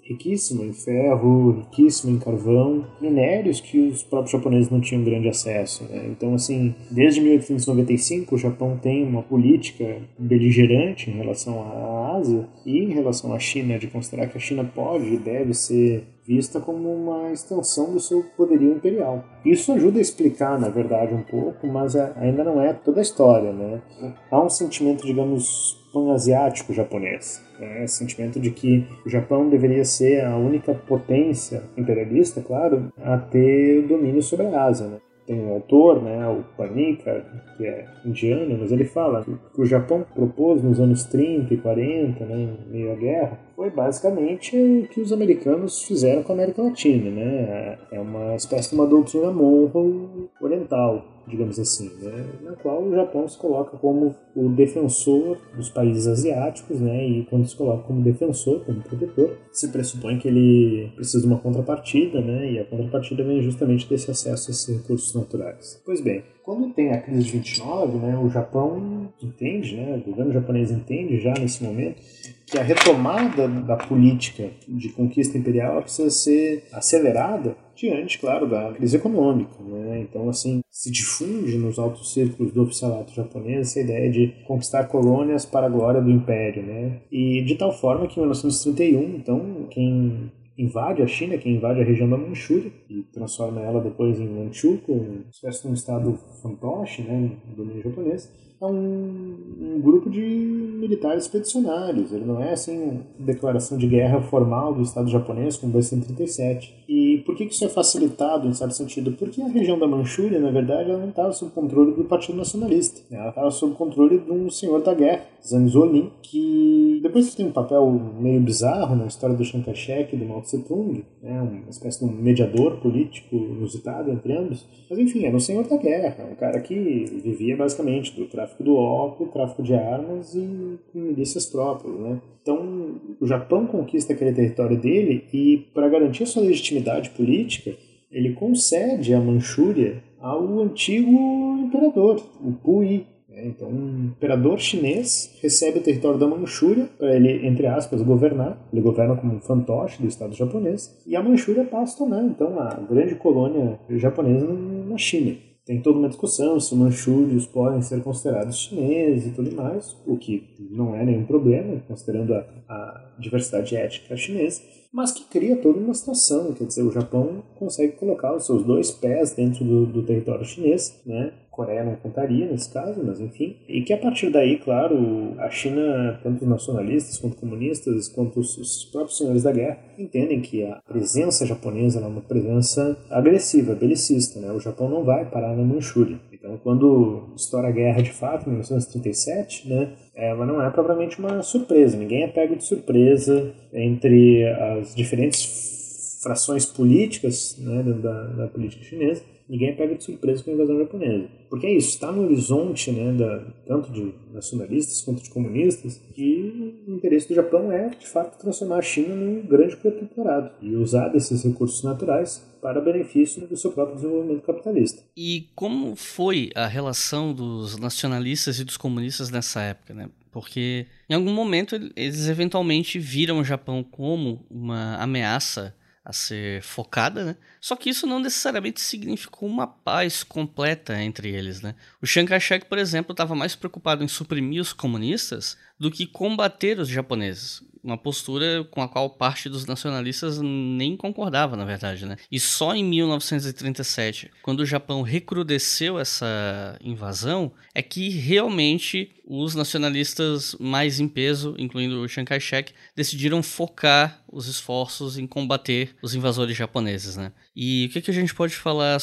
riquíssimo em ferro, riquíssimo em carvão, minérios que os próprios japoneses não tinham grande acesso, né? Então, assim, desde mil oitocentos e noventa e cinco o Japão tem uma política beligerante em relação à Ásia e em relação à China, de considerar que a China pode e deve ser vista como uma extensão do seu poderio imperial. Isso ajuda a explicar, na verdade, um pouco, mas ainda não é toda a história, né? Há um sentimento, digamos, pan-asiático japonês, né? Sentimento de que o Japão deveria ser a única potência imperialista, claro, a ter domínio sobre a Ásia, né? Tem um autor, né, o Panika, que é indiano, mas ele fala que o que o Japão propôs nos anos trinta e quarenta, né, em meio à guerra, foi basicamente o que os americanos fizeram com a América Latina, né? É uma espécie de uma doutrina Monroe oriental, digamos assim, né? Na qual o Japão se coloca como o defensor dos países asiáticos, né? E quando se coloca como defensor, como protetor, se pressupõe que ele precisa de uma contrapartida, né? E a contrapartida vem justamente desse acesso a esses recursos naturais. Pois bem, quando tem a crise de vinte e nove, né, o Japão entende, né, o governo japonês entende já nesse momento que a retomada da política de conquista imperial precisa ser acelerada diante, claro, da crise econômica, né? Então, assim, se difunde nos altos círculos do oficialato japonês essa ideia de conquistar colônias para a glória do império, né? E de tal forma que em mil novecentos e trinta e um, então, quem invade a China, quem invade a região da Manchúria e transforma ela depois em Manchukuo, uma espécie de um estado fantoche, né, no domínio japonês, é um, um grupo de militares expedicionários. Ele não é assim uma declaração de guerra formal do Estado japonês, como vai ser em trinta e sete. E por que isso é facilitado, em certo sentido? Porque a região da Manchúria, na verdade, ela não estava sob controle do Partido Nacionalista. Ela estava sob controle de um senhor da guerra, Zhang Zuolin, que depois tem um papel meio bizarro na história do Chiang Kai-shek e do Mao Tse-tung, né, uma espécie de um mediador político inusitado entre ambos. Mas enfim, era um senhor da guerra, um cara que vivia basicamente do tráfico do ópio, tráfico de armas e milícias próprias, né? Então, o Japão conquista aquele território dele e, para garantir sua legitimidade política, ele concede a Manchúria ao antigo imperador, o Puyi. Então, um imperador chinês recebe o território da Manchúria para ele, entre aspas, governar. Ele governa como um fantoche do Estado japonês. E a Manchúria passa a tornar, então, a grande colônia japonesa na China. Tem toda uma discussão se os manchúrios podem ser considerados chineses e tudo mais, o que não é nenhum problema, considerando a, a diversidade étnica chinesa, mas que cria toda uma situação. Quer dizer, o Japão consegue colocar os seus dois pés dentro do, do território chinês, né? Coreia não contaria nesse caso, mas enfim. E que a partir daí, claro, a China, tanto os nacionalistas quanto comunistas, quanto os, os próprios senhores da guerra, entendem que a presença japonesa é uma presença agressiva, belicista, né? O Japão não vai parar na Manchúria. Então, quando estoura a guerra de fato, em mil novecentos e trinta e sete, né, ela não é propriamente uma surpresa. Ninguém é pego de surpresa entre as diferentes frações políticas, né, da, da política chinesa. Ninguém é pego de surpresa com a invasão japonesa. Porque é isso, está no horizonte, né, da, tanto de nacionalistas quanto de comunistas, que o interesse do Japão é, de fato, transformar a China num grande protetorado e usar desses recursos naturais para benefício do seu próprio desenvolvimento capitalista. E como foi a relação dos nacionalistas e dos comunistas nessa época, né? Porque em algum momento eles eventualmente viram o Japão como uma ameaça a ser focada, né? Só que isso não necessariamente significou uma paz completa entre eles, né? O Chiang Kai-shek, por exemplo, estava mais preocupado em suprimir os comunistas do que combater os japoneses. Uma postura com a qual parte dos nacionalistas nem concordava, na verdade, né? E só em mil novecentos e trinta e sete, quando o Japão recrudesceu essa invasão, é que realmente os nacionalistas mais em peso, incluindo o Chiang Kai-shek, decidiram focar os esforços em combater os invasores japoneses, né? E o que, que a gente pode falar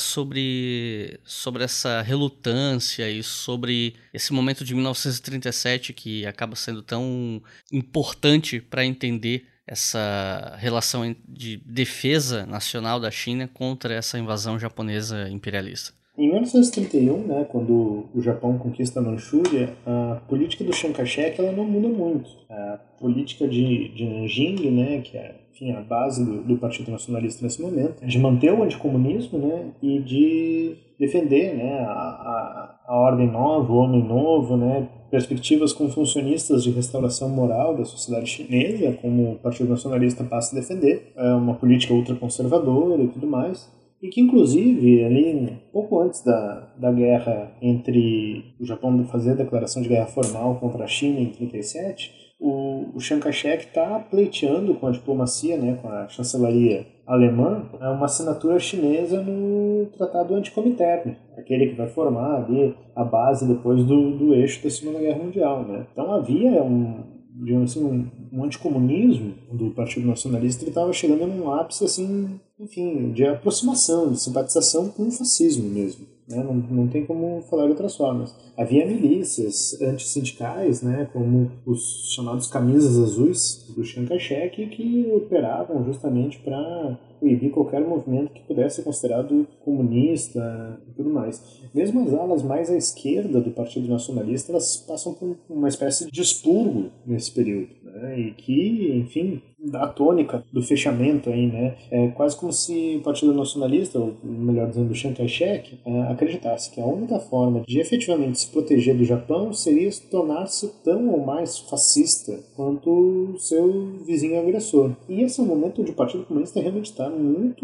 sobre, sobre essa relutância e sobre esse momento de mil novecentos e trinta e sete que acaba sendo tão importante para entender essa relação de defesa nacional da China contra essa invasão japonesa imperialista? Em mil novecentos e trinta e um, né, quando o Japão conquista a Manchúria, a política do Chiang Kai-shek ela não muda muito. A política de, de Nanjing, né, que é enfim, a base do, do Partido Nacionalista nesse momento, é de manter o anticomunismo, né, e de defender, né, a, a, a ordem nova, o homem novo, né, perspectivas confucionistas de restauração moral da sociedade chinesa, como o Partido Nacionalista passa a defender, é uma política ultraconservadora e tudo mais, e que inclusive ali pouco antes da, da guerra entre o Japão fazer a declaração de guerra formal contra a China em trinta e sete, o, o Chiang Kai-shek está pleiteando com a diplomacia, né, com a chancelaria alemã, uma assinatura chinesa no Tratado Anticomintern, aquele que vai formar ali a base depois do, do eixo da Segunda Guerra Mundial, né? Então havia um, digamos assim, um, um anticomunismo do Partido Nacionalista que estava chegando num ápice assim, enfim, de aproximação, de simpatização com o fascismo mesmo. Né? Não, não tem como falar de outras formas. Havia milícias antissindicais, né, como os chamados camisas azuis do Chiang Kai-shek, que operavam justamente para proibir qualquer movimento que pudesse ser considerado comunista e tudo mais. Mesmo as alas mais à esquerda do Partido Nacionalista, elas passam por uma espécie de expurgo nesse período, né? E que, enfim, dá a tônica do fechamento aí, né? É quase como se o Partido Nacionalista, ou melhor dizendo, o Chiang Kai-shek, é, acreditasse que a única forma de efetivamente se proteger do Japão seria tornar-se tão ou mais fascista quanto o seu vizinho agressor. E esse é um momento onde o Partido Comunista realmente está muito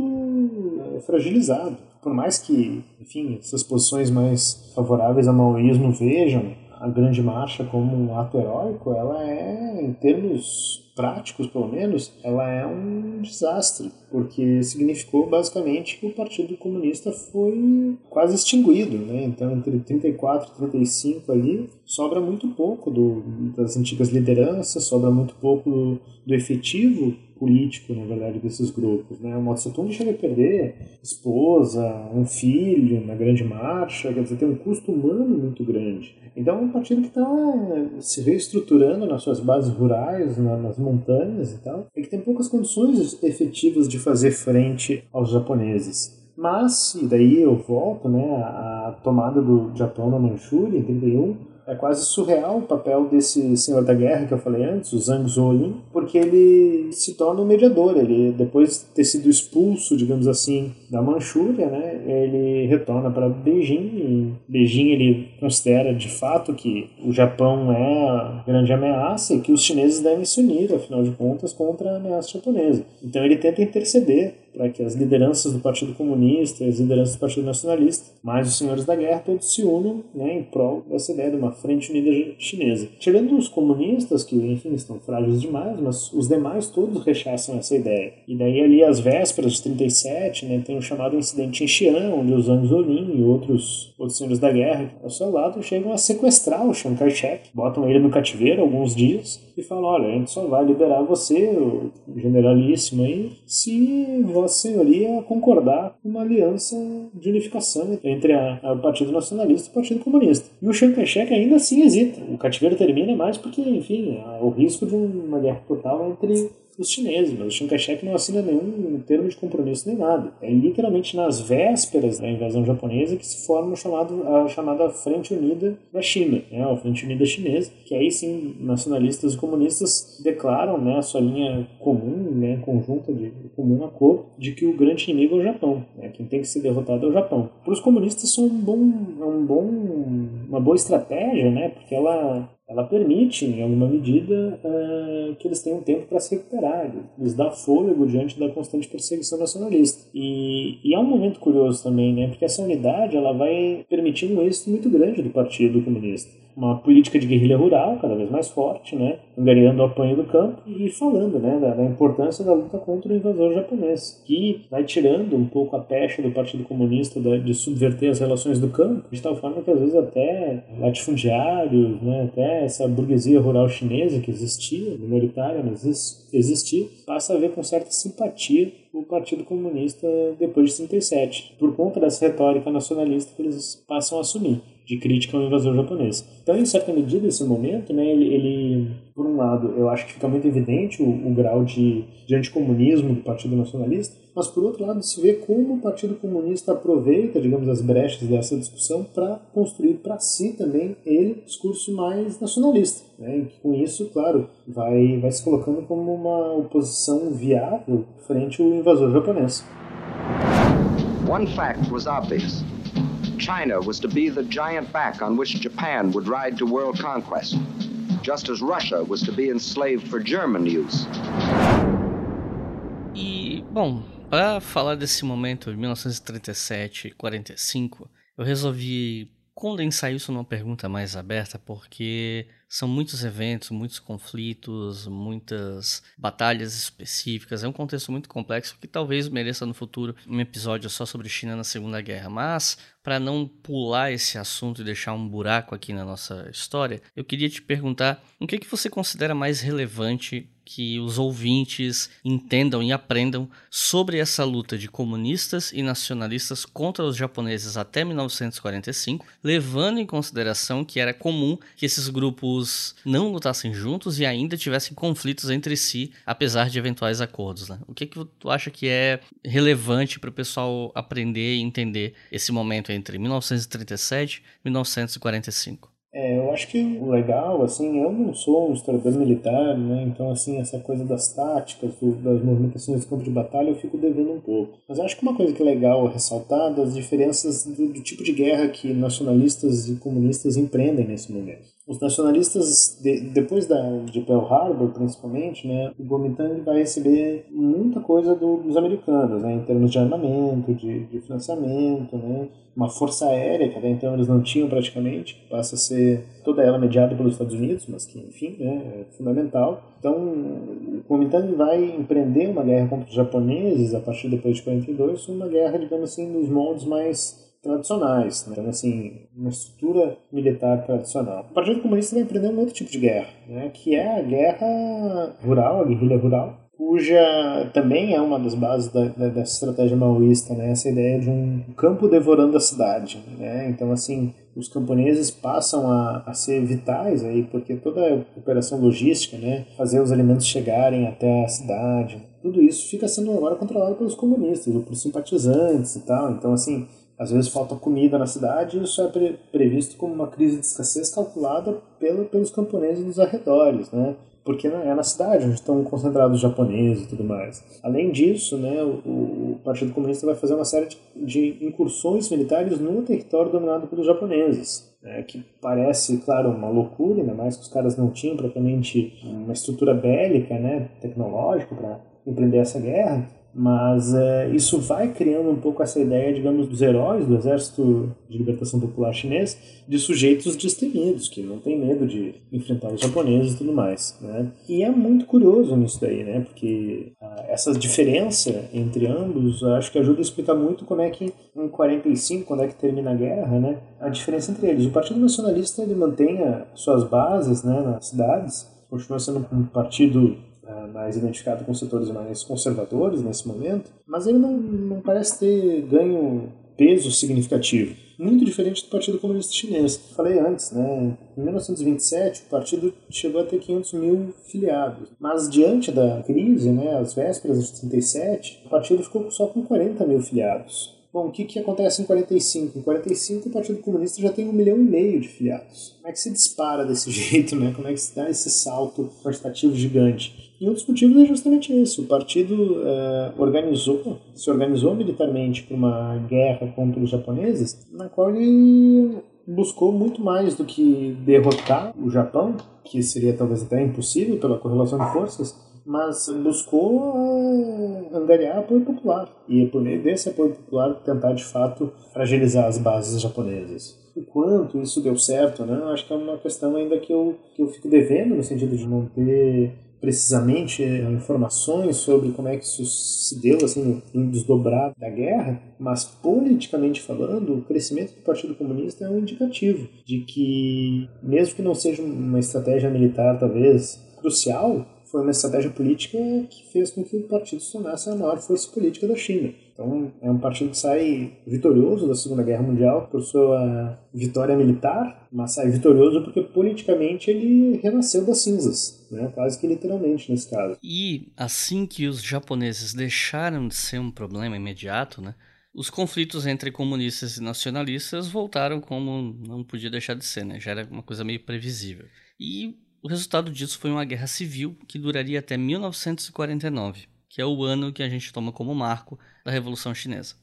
é, fragilizado. Por mais que, enfim, essas posições mais favoráveis ao maoísmo vejam a Grande Marcha como um ato heróico, ela é, em termos práticos pelo menos, ela é um desastre, porque significou basicamente que o Partido Comunista foi quase extinguido, né? Então entre trinta e quatro e trinta e cinco ali sobra muito pouco do, das antigas lideranças, sobra muito pouco do, do efetivo político, na verdade, desses grupos, né? O Mao Tse-tung chega a perder esposa, um filho na Grande Marcha, quer dizer, tem um custo humano muito grande. Então é um partido que está se reestruturando nas suas bases rurais, na, nas montanhas e tal, e que tem poucas condições efetivas de fazer frente aos japoneses. Mas, e daí eu volto, né, a tomada do Japão na Manchúria em trinta e um, é quase surreal o papel desse senhor da guerra que eu falei antes, o Zhang Zuolin, porque ele se torna um mediador. Ele, depois de ter sido expulso, digamos assim, da Manchúria, né, ele retorna para Beijing. E Beijing ele considera de fato que o Japão é a grande ameaça e que os chineses devem se unir, afinal de contas, contra a ameaça japonesa. Então ele tenta interceder para que as lideranças do Partido Comunista e as lideranças do Partido Nacionalista, mais os senhores da guerra, todos se unam, né, em prol dessa ideia de uma frente unida chinesa. Tirando os comunistas, que, enfim, estão frágeis demais, mas os demais todos rechaçam essa ideia. E daí, ali, às vésperas de trinta e sete, né, tem um chamado incidente em Xi'an, onde o Zhang Zuolin e outros, outros senhores da guerra, ao seu lado, chegam a sequestrar o Chiang Kai-shek, botam ele no cativeiro alguns dias e falam, olha, a gente só vai liberar você, o generalíssimo aí, se Vossa Senhoria concordar com uma aliança de unificação entre a, a, o Partido Nacionalista e o Partido Comunista. E o Chiang Kai-shek ainda assim hesita. O cativeiro termina mais porque, enfim, há o risco de uma guerra total entre os chineses, mas o Chiang Kai-shek não assina nenhum termo de compromisso nem nada. É literalmente nas vésperas da invasão japonesa que se forma o chamado, a chamada Frente Unida da China, né, a Frente Unida Chinesa, que aí sim nacionalistas e comunistas declaram, né, a sua linha comum, né, conjunta de comum acordo de que o grande inimigo é o Japão, né, quem tem que ser derrotado é o Japão. Para os comunistas isso é um bom, é um bom, uma boa estratégia, né, porque ela ela permite, em alguma medida, uh, que eles tenham tempo para se recuperar, eles dão fôlego diante da constante perseguição nacionalista. E, e é um momento curioso também, né, porque essa unidade ela vai permitindo um êxito muito grande do Partido Comunista. Uma política de guerrilha rural cada vez mais forte, né, angariando o apanho do campo e falando, né, da, da importância da luta contra o invasor japonês, que vai tirando um pouco a pecha do Partido Comunista da, de subverter as relações do campo, de tal forma que às vezes até latifundiários, né, até essa burguesia rural chinesa que existia, minoritária, mas existia, passa a ver com certa simpatia o Partido Comunista depois de trinta e sete, por conta dessa retórica nacionalista que eles passam a assumir, de crítica ao invasor japonês. Então, em certa medida, esse momento, né, ele, ele, por um lado, eu acho que fica muito evidente o, o grau de, de anticomunismo do Partido Nacionalista, mas, por outro lado, se vê como o Partido Comunista aproveita, digamos, as brechas dessa discussão para construir para si também ele discurso mais nacionalista, né, e que, com isso, claro, vai, vai se colocando como uma oposição viável frente ao invasor japonês. One fact was obvious. China was to be the giant back on which Japan would ride to world conquest, just as Russia was to be enslaved for German use. E, bom, para falar desse momento de mil novecentos e trinta e sete e quarenta e cinco, eu resolvi condensar isso numa pergunta mais aberta, porque são muitos eventos, muitos conflitos, muitas batalhas específicas. É um contexto muito complexo que talvez mereça no futuro um episódio só sobre China na Segunda Guerra. Mas, para não pular esse assunto e deixar um buraco aqui na nossa história, eu queria te perguntar o que, que você considera mais relevante que os ouvintes entendam e aprendam sobre essa luta de comunistas e nacionalistas contra os japoneses até mil novecentos e quarenta e cinco, levando em consideração que era comum que esses grupos não lutassem juntos e ainda tivessem conflitos entre si, apesar de eventuais acordos, né? O que, que tu acha que é relevante para o pessoal aprender e entender esse momento entre mil novecentos e trinta e sete e mil novecentos e quarenta e cinco? É, eu acho que o legal, assim, eu não sou um historiador militar, né, então, assim, essa coisa das táticas, do, das movimentações do campo de batalha, eu fico devendo um pouco. Mas eu acho que uma coisa que é legal ressaltar das diferenças do, do tipo de guerra que nacionalistas e comunistas empreendem nesse momento. Os nacionalistas, de, depois da, de Pearl Harbor, principalmente, né, o Kuomintang vai receber muita coisa do, dos americanos, né, em termos de armamento, de, de financiamento, né, uma força aérea que até então eles não tinham praticamente, que passa a ser toda ela mediada pelos Estados Unidos, mas que, enfim, né, é fundamental. Então, o Kuomintang vai empreender uma guerra contra os japoneses a partir depois de quarenta e dois, uma guerra, digamos assim, nos moldes mais tradicionais, né? Então, assim, uma estrutura militar tradicional. O Partido Comunista vai empreender um outro tipo de guerra, né? Que é a guerra rural, a guerrilha rural, cuja também é uma das bases da, da, dessa estratégia maoísta, né? Essa ideia de um campo devorando a cidade, né? Então, assim, os camponeses passam a, a ser vitais aí, porque toda a operação logística, né? Fazer os alimentos chegarem até a cidade, tudo isso fica sendo agora controlado pelos comunistas, ou por simpatizantes e tal. Então, assim, às vezes falta comida na cidade e isso é pre- previsto como uma crise de escassez calculada pelo, pelos camponeses dos arredores, né? Porque é na cidade onde estão concentrados os japoneses e tudo mais. Além disso, né, o, o Partido Comunista vai fazer uma série de, de incursões militares no território dominado pelos japoneses, né, que parece, claro, uma loucura, ainda mais que os caras não tinham propriamente uma estrutura bélica, né, tecnológica para empreender essa guerra. Mas é, isso vai criando um pouco essa ideia, digamos, dos heróis do Exército de Libertação Popular Chinês, de sujeitos destemidos, que não tem medo de enfrentar os japoneses e tudo mais, né? E é muito curioso nisso daí, né? Porque a, essa diferença entre ambos, acho que ajuda a explicar muito como é que, em quarenta e cinco, quando é que termina a guerra, né? A diferença entre eles. O Partido Nacionalista, ele mantém a, suas bases, né, nas cidades, continua sendo um partido mais identificado com setores mais conservadores nesse momento, mas ele não, não parece ter ganho peso significativo. Muito diferente do Partido Comunista Chinês. Falei antes, né? Em mil novecentos e vinte e sete, o partido chegou a ter quinhentos mil filiados. Mas diante da crise, né, às vésperas de trinta e sete, o partido ficou só com quarenta mil filiados. Bom, o que, que acontece em quarenta e cinco? Em quarenta e cinco, o Partido Comunista já tem um milhão e meio de filiados. Como é que se dispara desse jeito, né? Como é que se dá esse salto quantitativo gigante? E um dos motivos é justamente esse. O partido eh, organizou, se organizou militarmente para uma guerra contra os japoneses, na qual ele buscou muito mais do que derrotar o Japão, que seria talvez até impossível pela correlação de forças, mas buscou uh, angariar apoio popular. E por meio desse apoio popular tentar, de fato, fragilizar as bases japonesas. O quanto isso deu certo, né? Acho que é uma questão ainda que eu, que eu fico devendo, no sentido de não ter precisamente informações sobre como é que isso se deu assim, no desdobrar da guerra, mas politicamente falando, o crescimento do Partido Comunista é um indicativo de que, mesmo que não seja uma estratégia militar talvez crucial, foi uma estratégia política que fez com que o partido se tornasse a maior força política da China. Então, é um partido que sai vitorioso da Segunda Guerra Mundial por sua vitória militar, mas sai vitorioso porque politicamente ele renasceu das cinzas, né? Quase que literalmente nesse caso. E assim que os japoneses deixaram de ser um problema imediato, né, os conflitos entre comunistas e nacionalistas voltaram como não podia deixar de ser, né? Já era uma coisa meio previsível. E o resultado disso foi uma guerra civil que duraria até mil novecentos e quarenta e nove, que é o ano que a gente toma como marco da Revolução Chinesa.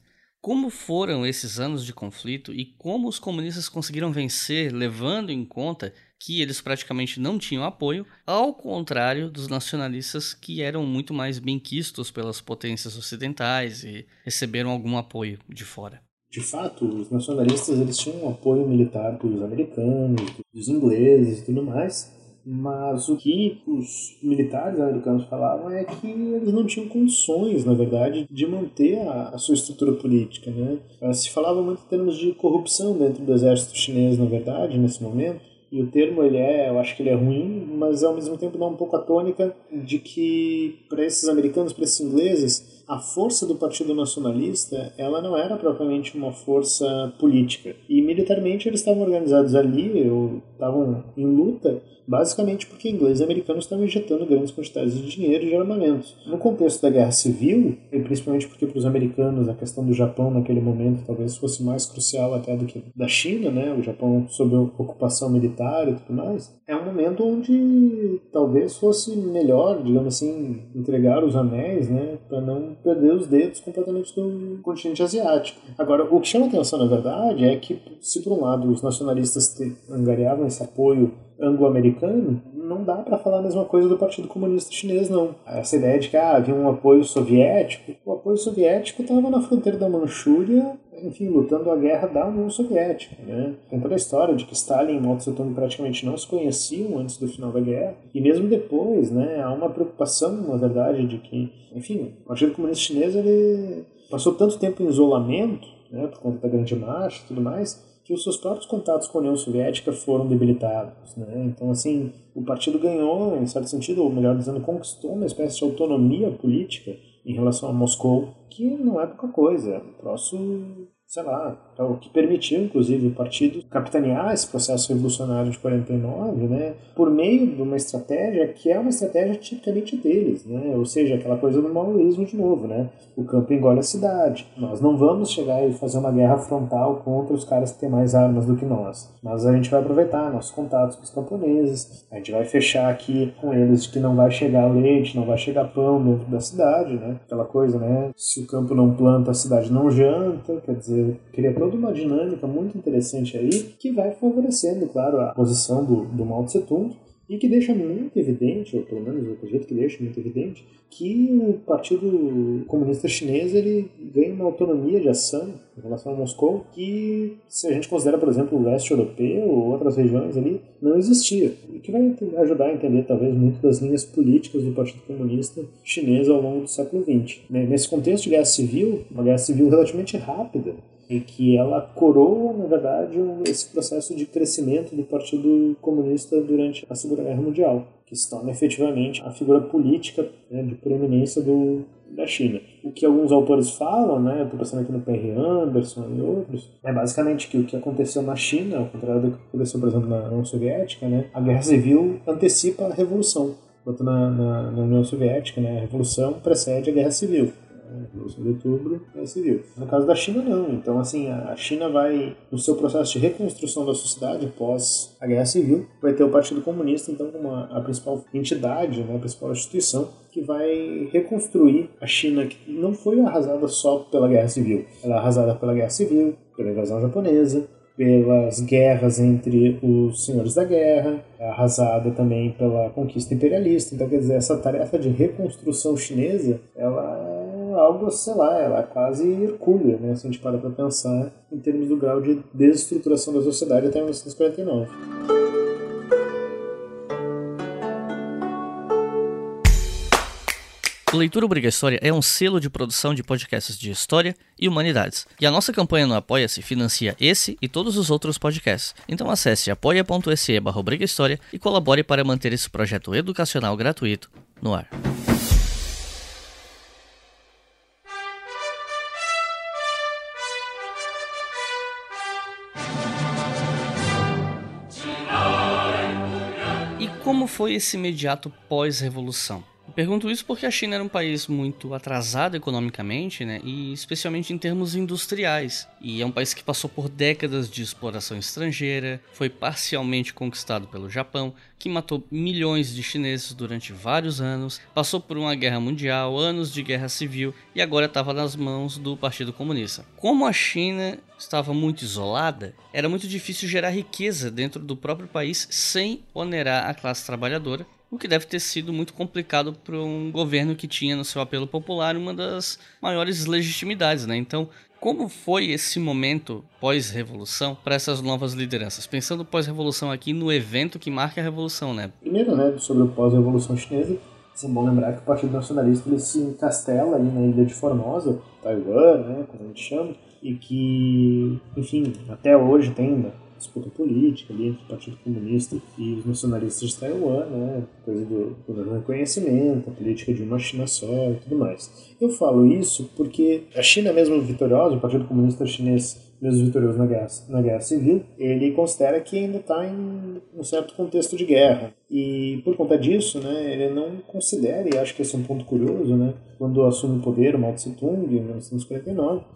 como foram esses anos de conflito e como os comunistas conseguiram vencer, levando em conta que eles praticamente não tinham apoio, ao contrário dos nacionalistas que eram muito mais benquistos pelas potências ocidentais e receberam algum apoio de fora. De fato, os nacionalistas eles tinham um apoio militar dos americanos, dos ingleses e tudo mais, mas o que os militares americanos falavam é que eles não tinham condições, na verdade, de manter a, a sua estrutura política, né? Se falava muito em termos de corrupção dentro do exército chinês, na verdade, nesse momento. E o termo, ele é, eu acho que ele é ruim, mas ao mesmo tempo dá um pouco a tônica de que, para esses americanos, para esses ingleses, a força do Partido Nacionalista, ela não era propriamente uma força política. E militarmente eles estavam organizados ali, ou estavam em luta, basicamente porque ingleses e americanos estavam injetando grandes quantidades de dinheiro e de armamentos. No contexto da Guerra Civil, e principalmente porque para os americanos a questão do Japão naquele momento talvez fosse mais crucial até do que da China, né? O Japão sob ocupação militar e tudo mais, é um momento onde talvez fosse melhor, digamos assim, entregar os anéis, né? Para não perder os dedos completamente do continente asiático. Agora, o que chama atenção, na verdade, é que se por um lado os nacionalistas angariavam esse apoio anglo-americano, não dá para falar a mesma coisa do Partido Comunista Chinês, não. Essa ideia de que ah, havia um apoio soviético, o apoio soviético estava na fronteira da Manchúria, enfim, lutando a guerra da União Soviética, né? Tem toda a história de que Stalin e Mao Tse-tung praticamente não se conheciam antes do final da guerra, e mesmo depois, né, há uma preocupação, na verdade, de que, enfim, o Partido Comunista Chinês ele passou tanto tempo em isolamento, né, por conta da Grande Marcha e tudo mais, que os seus próprios contatos com a União Soviética foram debilitados, né? Então, assim, o partido ganhou, em certo sentido, ou melhor dizendo, conquistou uma espécie de autonomia política em relação a Moscou, que não é pouca coisa, é um troço, sei lá, é o que permitiu, inclusive, o partido capitanear esse processo revolucionário de quarenta e nove, né, por meio de uma estratégia que é uma estratégia tipicamente deles, né, ou seja, aquela coisa do maoísmo de novo, né, o campo engole a cidade. Nós não vamos chegar e fazer uma guerra frontal contra os caras que têm mais armas do que nós, mas a gente vai aproveitar nossos contatos com os camponeses, a gente vai fechar aqui com eles de que não vai chegar leite, não vai chegar pão dentro da cidade, né, aquela coisa, né, se o campo não planta, a cidade não janta, quer dizer, cria toda uma dinâmica muito interessante aí, que vai favorecendo, claro, a posição do, do Mao Tse-tung, e que deixa muito evidente, ou pelo menos eu acredito que deixa muito evidente, que o Partido Comunista Chinês ele ganha uma autonomia de ação em relação a Moscou que, se a gente considera, por exemplo, o leste europeu ou outras regiões ali, não existia. E que vai ajudar a entender, talvez, muito das linhas políticas do Partido Comunista Chinês ao longo do século vinte. Nesse contexto de guerra civil, uma guerra civil relativamente rápida, e que ela coroa, na verdade, esse processo de crescimento do Partido Comunista durante a Segunda Guerra Mundial, que se torna efetivamente a figura política, né, de proeminência do, da China. O que alguns autores falam, né, estou pensando aqui no P R Anderson e outros, é basicamente que o que aconteceu na China, ao contrário do que aconteceu, por exemplo, na União Soviética, né, a Guerra Civil antecipa a Revolução, enquanto na, na, na União Soviética, né, a Revolução precede a Guerra Civil. Revolução de Outubro, Guerra Civil. No caso da China, não. Então, assim, a China vai, no seu processo de reconstrução da sociedade pós a Guerra Civil, vai ter o Partido Comunista, então, como a, a principal entidade, né, a principal instituição, que vai reconstruir a China, que não foi arrasada só pela Guerra Civil. Ela é arrasada pela Guerra Civil, pela invasão japonesa, pelas guerras entre os senhores da guerra, arrasada também pela conquista imperialista. Então, quer dizer, essa tarefa de reconstrução chinesa, ela é algo, sei lá, ela é quase hercúlea, né, se a gente para para pensar em termos do grau de desestruturação da sociedade até mil novecentos e quarenta e nove. O Leitura Obrigatória é um selo de produção de podcasts de história e humanidades. E a nossa campanha no Apoia-se financia esse e todos os outros podcasts. Então acesse apoia.se barra Obrigatória e colabore para manter esse projeto educacional gratuito no ar. E como foi esse imediato pós-revolução? Pergunto isso porque a China era um país muito atrasado economicamente, né, e especialmente em termos industriais. E é um país que passou por décadas de exploração estrangeira, foi parcialmente conquistado pelo Japão, que matou milhões de chineses durante vários anos, passou por uma guerra mundial, anos de guerra civil e agora estava nas mãos do Partido Comunista. Como a China estava muito isolada, era muito difícil gerar riqueza dentro do próprio país sem onerar a classe trabalhadora, o que deve ter sido muito complicado para um governo que tinha no seu apelo popular uma das maiores legitimidades, né? Então, como foi esse momento pós-revolução para essas novas lideranças? Pensando pós-revolução aqui no evento que marca a revolução, né? Primeiro, né, sobre o pós-revolução chinesa, é bom lembrar que o Partido Nacionalista ele se encastela ali na ilha de Formosa, Taiwan, né, como a gente chama, e que, enfim, até hoje tem uma disputa política ali entre o Partido Comunista e os nacionalistas de Taiwan, né, coisa do, do reconhecimento, a política de uma China só e tudo mais. Eu falo isso porque a China mesmo vitoriosa, o Partido Comunista Chinês mesmo vitorioso na guerra, na guerra civil, ele considera que ainda está em um certo contexto de guerra. E por conta disso, né, ele não considera, e acho que esse é um ponto curioso, né, quando assume o poder o Mao Tse-tung em mil novecentos e quarenta e nove,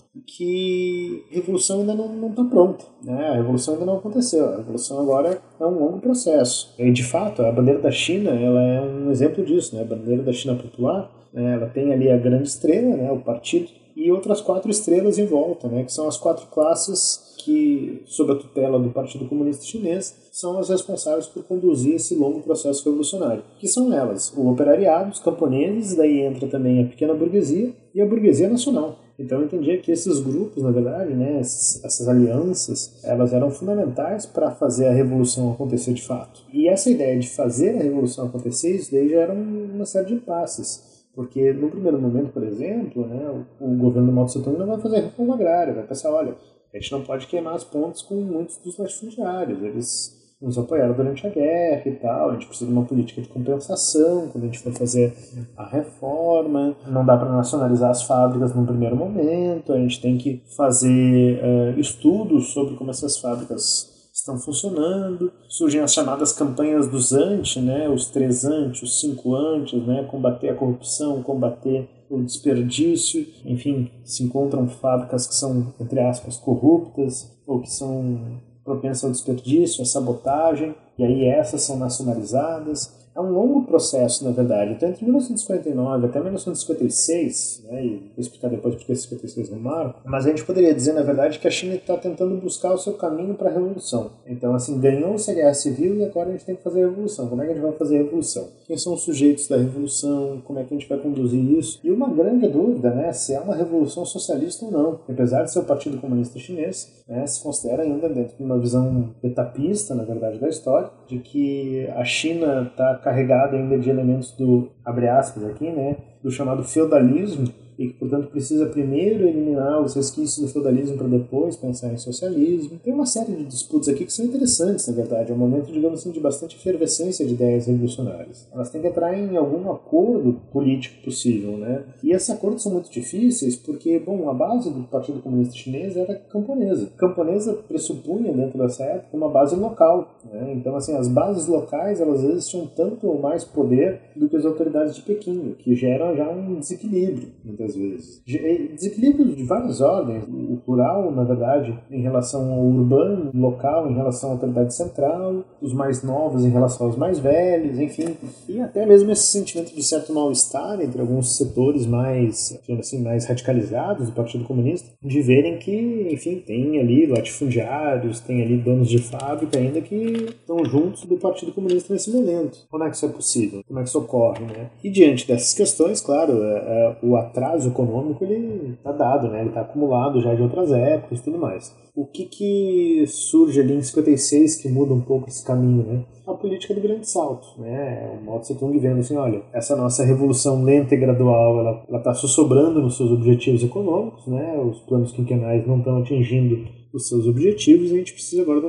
que a revolução ainda não está pronta. Né, a revolução ainda não aconteceu. A revolução agora é um longo processo. E de fato, a bandeira da China ela é um exemplo disso. Né, a bandeira da China popular, né, ela tem ali a grande estrela, né, o partido, e outras quatro estrelas em volta, né, que são as quatro classes que, sob a tutela do Partido Comunista Chinês, são as responsáveis por conduzir esse longo processo revolucionário. Que são elas, o operariado, os camponeses, daí entra também a pequena burguesia e a burguesia nacional. Então eu entendia que esses grupos, na verdade, né, essas, essas alianças, elas eram fundamentais para fazer a revolução acontecer de fato. E essa ideia de fazer a revolução acontecer, isso daí já era uma série de impasses. Porque no primeiro momento, por exemplo, né, o, o governo do Mao Tse-tung não vai fazer reforma agrária, vai pensar, olha, a gente não pode queimar as pontes com muitos dos latifundiários, eles nos apoiaram durante a guerra e tal, a gente precisa de uma política de compensação quando a gente for fazer a reforma, não dá para nacionalizar as fábricas no primeiro momento, a gente tem que fazer uh, estudos sobre como essas fábricas estão funcionando, surgem as chamadas campanhas dos anti, né, os três anti, os cinco anti, né, combater a corrupção, combater o desperdício, enfim, se encontram fábricas que são, entre aspas, corruptas, ou que são propensas ao desperdício, à sabotagem, e aí essas são nacionalizadas. É um longo processo, na verdade. Então, entre mil novecentos e cinquenta e nove até mil novecentos e cinquenta e seis, né, e vou explicar depois porque cinquenta e seis não marco, mas a gente poderia dizer, na verdade, que a China está tentando buscar o seu caminho para a revolução. Então, assim, ganhou-se a guerra civil e agora a gente tem que fazer a revolução. Como é que a gente vai fazer a revolução? Quem são os sujeitos da revolução? Como é que a gente vai conduzir isso? E uma grande dúvida, né, se é uma revolução socialista ou não. Apesar de ser o Partido Comunista Chinês, né, se considera ainda dentro de uma visão etapista, na verdade, da história, de que a China está carregada ainda de elementos do, abre aspas aqui, né, do chamado feudalismo, e que, portanto, precisa primeiro eliminar os resquícios do feudalismo para depois pensar em socialismo. Tem uma série de disputas aqui que são interessantes, na verdade. É um momento, digamos assim, de bastante efervescência de ideias revolucionárias. Elas têm que entrar em algum acordo político possível, né? E esses acordos são muito difíceis porque, bom, a base do Partido Comunista Chinês era camponesa. Camponesa pressupunha, dentro dessa época, uma base local, né? Então, assim, as bases locais, elas às vezes tinham tanto ou mais poder do que as autoridades de Pequim, que gera já um desequilíbrio, muitas vezes. Desequilíbrio de várias ordens. O rural, na verdade, em relação ao urbano, local em relação à autoridade central, os mais novos em relação aos mais velhos, enfim. E até mesmo esse sentimento de certo mal-estar entre alguns setores mais, assim, mais radicalizados do Partido Comunista, de verem que, enfim, tem ali latifundiários, tem ali donos de fábrica ainda que estão juntos do Partido Comunista nesse momento. Como é que isso é possível? Como é que isso ocorre, né? E diante dessas questões, claro, é, é, o atraso econômico ele está dado, né? Ele está acumulado já de outras épocas e tudo mais. O que, que surge ali em cinquenta e seis que muda um pouco esse caminho, né? A política do grande salto, né? O Mao Tse-tung vendo assim, olha, essa nossa revolução lenta e gradual, ela ela está sussobrando nos seus objetivos econômicos, né? Os planos quinquenais não estão atingindo os seus objetivos, e a gente precisa agora de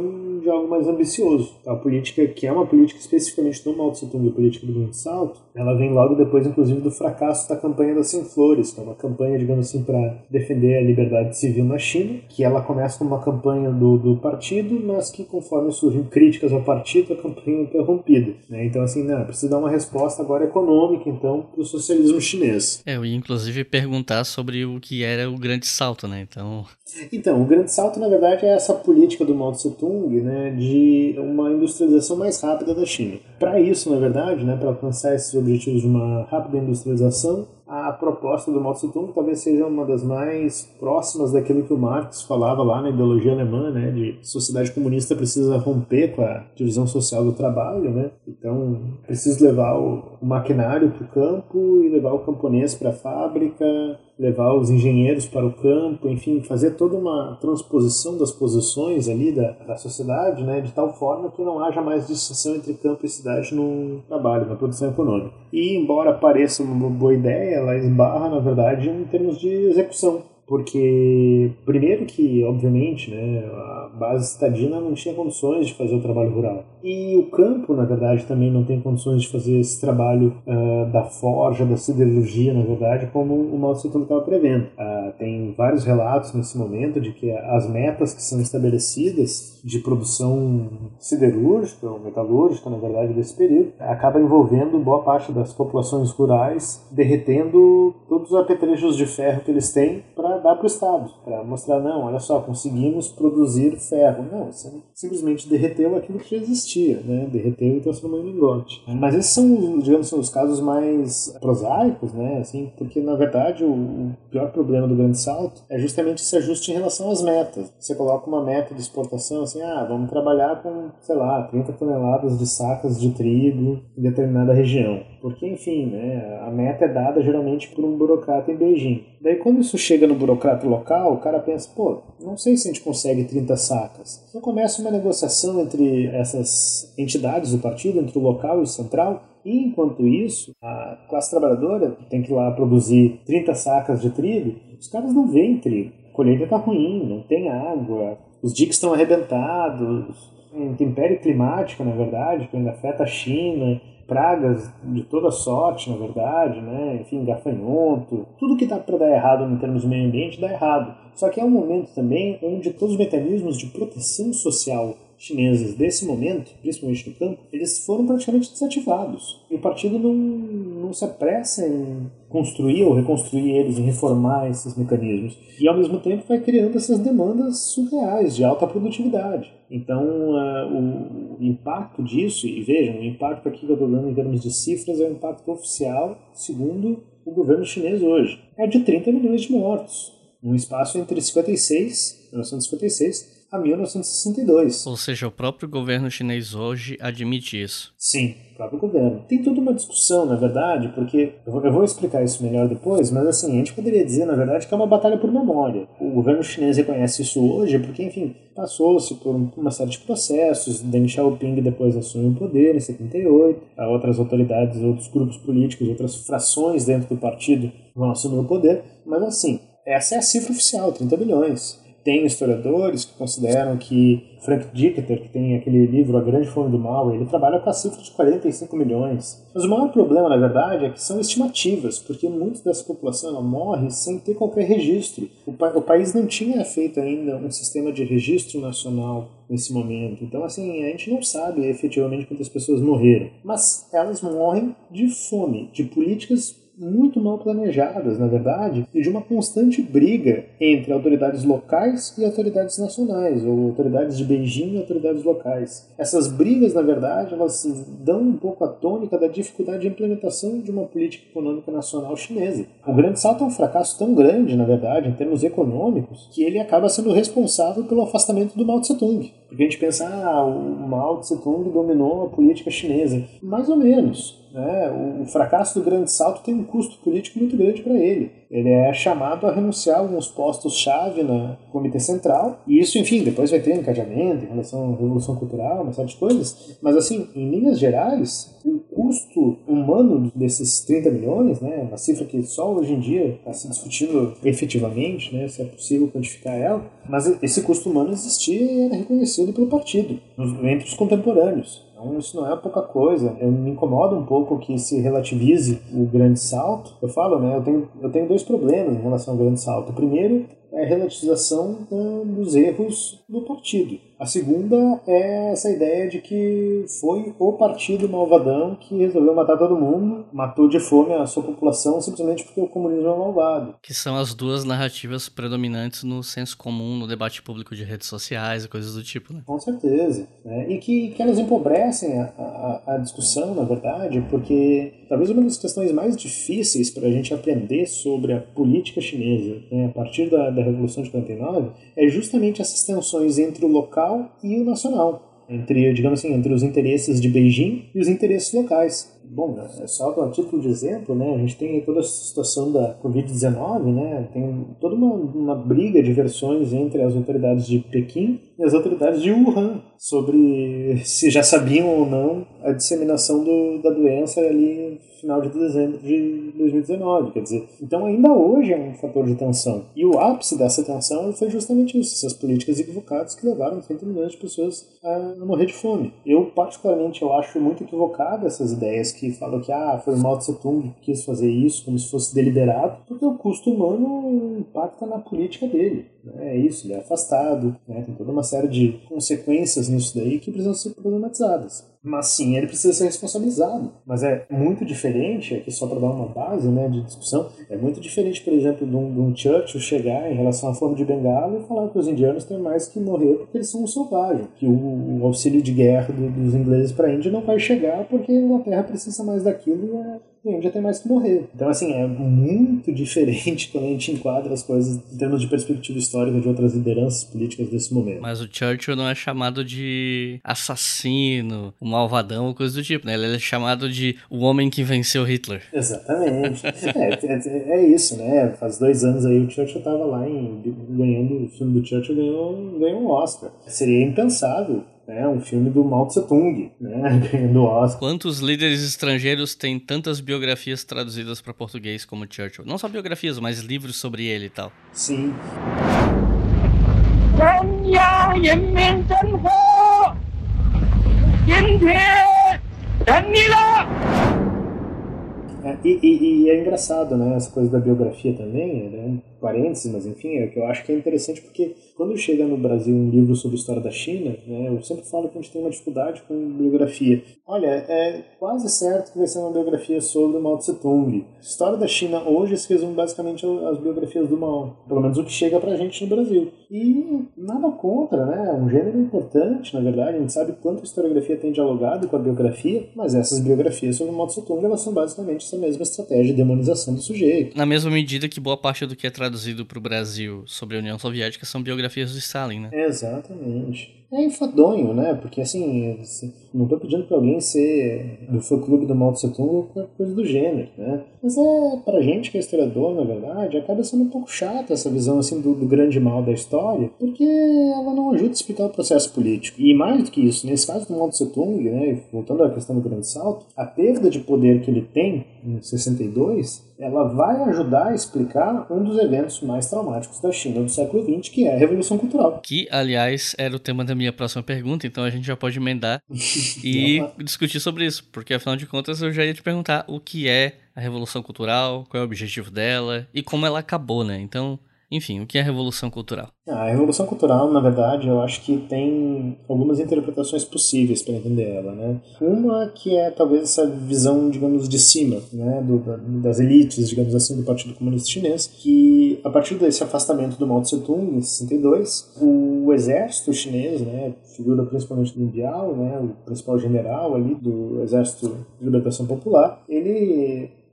de algo mais ambicioso. A política, que é uma política especificamente do Mao Tse-tung, a política do Grande Salto, ela vem logo depois, inclusive, do fracasso da campanha das Cem Flores, que é uma campanha, digamos assim, para defender a liberdade civil na China, que ela começa como uma campanha do, do partido, mas que, conforme surgem críticas ao partido, a campanha é interrompida. Né? Então, assim, não, precisa dar uma resposta agora econômica, então, para o socialismo chinês. É, eu ia, inclusive, perguntar sobre o que era o Grande Salto, né? Então... Então, o Grande Salto, na verdade, é essa política do Mao Tse-tung, né, de uma industrialização mais rápida da China. Para isso, na verdade, né, para alcançar esses objetivos de uma rápida industrialização, a proposta do Mao Tse-tung talvez seja uma das mais próximas daquilo que o Marx falava lá na ideologia alemã, né, de sociedade comunista precisa romper com a divisão social do trabalho, né, então precisa levar o, o maquinário para o campo e levar o camponês para a fábrica, levar os engenheiros para o campo, enfim, fazer toda uma transposição das posições ali da, da sociedade, né, de tal forma que não haja mais distinção entre campo e cidade no trabalho, na produção econômica. E, embora pareça uma boa ideia, ela esbarra, na verdade, em termos de execução. Porque, primeiro que, obviamente, né, a base citadina não tinha condições de fazer o trabalho rural. E o campo, na verdade, também não tem condições de fazer esse trabalho uh, da forja, da siderurgia, na verdade, como o Mao Tse-tung estava prevendo. Uh, tem vários relatos nesse momento de que as metas que são estabelecidas de produção siderúrgica, ou metalúrgica, na verdade, desse período, acaba envolvendo boa parte das populações rurais, derretendo todos os apetrechos de ferro que eles têm para dar para o Estado, para mostrar, não, olha só, conseguimos produzir ferro. Não, você simplesmente derreteu aquilo que já existia, né? Derreteu e transformou em lingote. Mas esses são, digamos, são os casos mais prosaicos, né? Assim, porque, na verdade, o, o pior problema do Grande Salto é justamente esse ajuste em relação às metas. Você coloca uma meta de exportação, assim, ah, vamos trabalhar com, sei lá, trinta toneladas de sacas de trigo em determinada região. Porque, enfim, né, a meta é dada geralmente por um burocrata em Beijing. Daí, quando isso chega no burocrata local, o cara pensa, pô, não sei se a gente consegue trinta sacas. Então começa uma negociação entre essas entidades do partido, entre o local e o central, e enquanto isso, a classe trabalhadora tem que ir lá produzir trinta sacas de trigo, os caras não veem trigo. A colheita está ruim, não tem água, os diques estão arrebentados, intempérie climática, na verdade, que ainda afeta a China, pragas de toda sorte, na verdade, né? Enfim, gafanhoto, tudo que dá para dar errado em termos de meio ambiente dá errado. Só que é um momento também onde todos os mecanismos de proteção social chineses desse momento, principalmente no campo, eles foram praticamente desativados. E o partido não, não se apressa em construir ou reconstruir eles, em reformar esses mecanismos. E, ao mesmo tempo, vai criando essas demandas surreais de alta produtividade. Então, uh, o impacto disso, e vejam, o impacto aqui que eu estou dando em termos de cifras é o impacto oficial, segundo o governo chinês hoje. É de trinta milhões de mortos, num espaço entre cinquenta e seis, mil novecentos e cinquenta e seis a mil novecentos e sessenta e dois. Ou seja, o próprio governo chinês hoje admite isso. Sim, o próprio governo. Tem toda uma discussão, na verdade, porque eu vou, eu vou explicar isso melhor depois, mas assim, a gente poderia dizer, na verdade, que é uma batalha por memória. O governo chinês reconhece isso hoje porque, enfim, passou-se por uma série de processos. Deng Xiaoping depois assume o poder em setenta e oito, outras autoridades, outros grupos políticos, outras frações dentro do partido vão assumir o poder, mas assim, essa é a cifra oficial, trinta bilhões. Tem historiadores que consideram que Frank Dicketer, que tem aquele livro A Grande Fome do Mal, ele trabalha com a cifra de quarenta e cinco milhões. Mas o maior problema, na verdade, é que são estimativas, porque muito dessa população ela morre sem ter qualquer registro. O, pa- o país não tinha feito ainda um sistema de registro nacional nesse momento. Então, assim, a gente não sabe efetivamente quantas pessoas morreram. Mas elas morrem de fome, de políticas muito mal planejadas, na verdade, e de uma constante briga entre autoridades locais e autoridades nacionais, ou autoridades de Beijing e autoridades locais. Essas brigas, na verdade, elas dão um pouco a tônica da dificuldade de implementação de uma política econômica nacional chinesa. O Grande Salto é um fracasso tão grande, na verdade, em termos econômicos, que ele acaba sendo responsável pelo afastamento do Mao Tse-tung. Porque a gente pensa, ah, o Mao Tse-tung dominou a política chinesa. Mais ou menos. Né? O fracasso do Grande Salto tem um custo político muito grande para ele. Ele é chamado a renunciar a alguns postos-chave no Comitê Central, e isso, enfim, depois vai ter encadeamento em relação à Revolução Cultural, uma série de coisas, mas, assim, em linhas gerais, o custo humano desses trinta milhões, né, uma cifra que só hoje em dia está se discutindo efetivamente, né, se é possível quantificar ela, mas esse custo humano existia e era reconhecido pelo partido, entre os contemporâneos. Então isso não é pouca coisa. Eu me incomodo um pouco que se relativize o grande salto. Eu falo, né, eu tenho, eu tenho dois problemas em relação ao grande salto. O primeiro é a relativização da, dos erros do partido. A segunda é essa ideia de que foi o partido malvadão que resolveu matar todo mundo, matou de fome a sua população simplesmente porque o comunismo é malvado. Que são as duas narrativas predominantes no senso comum, no debate público de redes sociais e coisas do tipo, né? Com certeza. Né? E que, que elas empobrecem a, a, a discussão, na verdade, porque talvez uma das questões mais difíceis para a gente aprender sobre a política chinesa, né, a partir da, da Revolução de quarenta e nove, é justamente essas tensões entre o local e o nacional, entre, digamos assim, entre os interesses de Beijing e os interesses locais. Bom, é só a título de exemplo, né, a gente tem toda a situação da covid dezenove, né, tem toda uma, uma briga de versões entre as autoridades de Pequim e as autoridades de Wuhan sobre se já sabiam ou não a disseminação do, da doença ali no final de dezembro de dois mil e dezenove, quer dizer, então ainda hoje é um fator de tensão. E o ápice dessa tensão foi justamente isso, essas políticas equivocadas que levaram trinta milhões de pessoas a morrer de fome. Eu, particularmente, eu acho muito equivocada essas ideias que falam que ah, foi o Mao Tse Tung que quis fazer isso como se fosse deliberado, porque o custo humano impacta na política dele. Né? É isso, ele é afastado, né? Tem toda uma série de consequências nisso daí que precisam ser problematizadas. Mas sim, ele precisa ser responsabilizado. Mas é muito diferente, aqui só para dar uma base, né, de discussão, é muito diferente, por exemplo, de um, de um Churchill chegar em relação à fome de Bengala e falar que os indianos têm mais que morrer porque eles são um selvagem, que o, o auxílio de guerra do, dos ingleses para a Índia não vai chegar porque a Inglaterra precisa mais daquilo e a a Índia tem mais que morrer. Então, assim, é muito diferente quando a gente enquadra as coisas em termos de perspectiva histórica de outras lideranças políticas desse momento. Mas o Churchill não é chamado de assassino, o malvadão ou coisa do tipo, né? Ele é chamado de o homem que venceu Hitler. Exatamente. é, é, é isso, né? Faz dois anos aí o Churchill estava lá em, ganhando, o filme do Churchill ganhou, ganhou um Oscar. Seria impensável. É um filme do Mao Tse Tung, né, ganhando Oscar. Quantos líderes estrangeiros têm tantas biografias traduzidas para português como Churchill? Não só biografias, mas livros sobre ele e tal. Sim. É, e, e, e é engraçado, né, essa coisa da biografia também, né, um parênteses, mas enfim, é que eu acho que é interessante porque quando chega no Brasil um livro sobre a história da China, né, eu sempre falo que a gente tem uma dificuldade com biografia. Olha, é quase certo que vai ser uma biografia sobre o Mao Tse Tung. A história da China hoje se resume basicamente às biografias do Mao, pelo menos o que chega pra gente no Brasil. E nada contra, né, é um gênero importante, na verdade, a gente sabe quanto a historiografia tem dialogado com a biografia, mas essas biografias sobre o Mao Tse Tung, elas são basicamente essa mesma estratégia de demonização do sujeito. Na mesma medida que boa parte do que é traduzido para o Brasil sobre a União Soviética são biografias do Stalin, né? Exatamente. É enfadonho, né? Porque, assim, não tô pedindo pra alguém ser do fã-clube do Mao Tse Tung ou qualquer coisa do gênero, né? Mas é, pra gente que é historiador, na verdade, acaba sendo um pouco chata essa visão, assim, do, do grande mal da história, porque ela não ajuda a explicar o processo político. E mais do que isso, nesse caso do Mao Tse Tung, né, voltando à questão do grande salto, a perda de poder que ele tem em sessenta e dois, ela vai ajudar a explicar um dos eventos mais traumáticos da China do século vinte, que é a Revolução Cultural. Que, aliás, era o tema da minha próxima pergunta, então a gente já pode emendar e discutir sobre isso, porque afinal de contas eu já ia te perguntar o que é a Revolução Cultural, qual é o objetivo dela e como ela acabou, né? Então, enfim, o que é a Revolução Cultural? Ah, a Revolução Cultural, na verdade, eu acho que tem algumas interpretações possíveis para entender ela, né? Uma que é talvez essa visão, digamos, de cima, né, do, das elites, digamos assim, do Partido Comunista Chinês, que a partir desse afastamento do Mao Tse Tung, em sessenta e dois, o exército chinês, né, figura principalmente mundial, né, o principal general ali do Exército de Libertação Popular, ele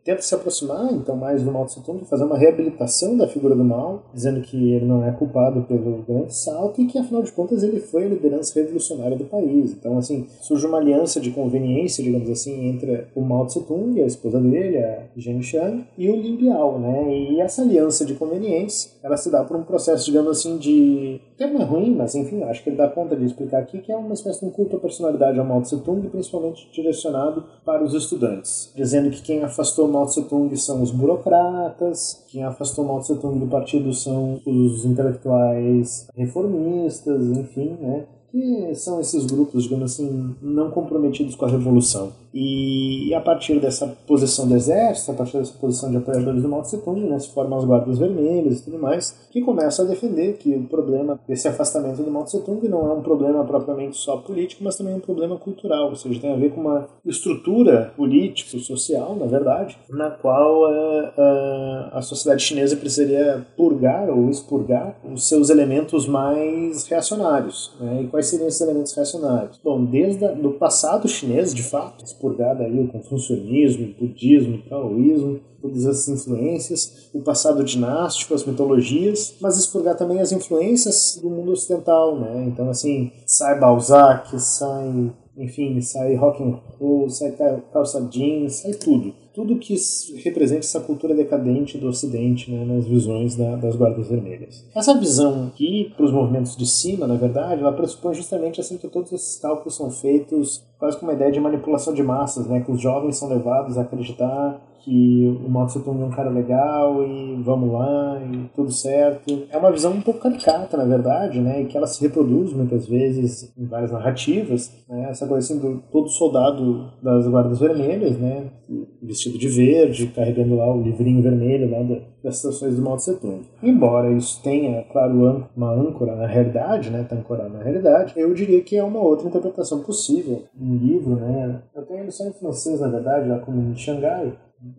tenta se aproximar, então, mais do Mao Tse-tung, fazer uma reabilitação da figura do Mao, dizendo que ele não é culpado pelo grande salto e que, afinal de contas, ele foi a liderança revolucionária do país. Então, assim, surge uma aliança de conveniência, digamos assim, entre o Mao Tse-tung, a esposa dele, a Zheng Xiang, e o Lin Biao, né? E essa aliança de conveniência, ela se dá por um processo, digamos assim, de... O termo é ruim, mas, enfim, acho que ele dá conta de explicar aqui, que é uma espécie de um culto à personalidade ao Mao Tse-tung, principalmente direcionado para os estudantes, dizendo que quem afastou Mao Tse-tung são os burocratas, quem afastou Mao Tse-tung do partido são os intelectuais reformistas, enfim, né? Que são esses grupos, digamos assim, não comprometidos com a revolução. E a partir dessa posição do exército, a partir dessa posição de apoiadores do Mao Tse-tung, né, se formam as guardas vermelhas e tudo mais, que começam a defender que o problema desse afastamento do Mao Tse-tung não é um problema propriamente só político, mas também um problema cultural, ou seja, tem a ver com uma estrutura político-social, na verdade, na qual a, a, a sociedade chinesa precisaria purgar ou expurgar os seus elementos mais reacionários. Né? E quais seriam esses elementos reacionários? Bom, desde o passado chinês, de fato, expurgado aí o confucionismo, o budismo, o taoísmo, todas essas influências, o passado dinástico, as mitologias, mas expurgar também as influências do mundo ocidental, né? Então, assim, sai Balzac, sai, enfim, sai rock and roll, sai calça jeans, sai tudo. Tudo que representa essa cultura decadente do Ocidente, né, nas visões da, das Guardas Vermelhas. Essa visão aqui, para os movimentos de cima, na verdade, ela pressupõe justamente assim que todos esses cálculos são feitos quase com uma ideia de manipulação de massas, né, que os jovens são levados a acreditar que o Mao Tse-tung é um cara legal e vamos lá e tudo certo. É uma visão um pouco caricata, na verdade, né, e que ela se reproduz muitas vezes em várias narrativas, né, essa coisa assim do todo soldado das Guardas Vermelhas, né, vestido de verde, carregando lá o livrinho vermelho lá das citações do Mao Tse-tung. Embora isso tenha, claro, uma âncora na realidade, né, tá ancorado na realidade, eu diria que é uma outra interpretação possível. Um livro, né, eu tenho ele só em francês, na verdade, lá como em Xangai,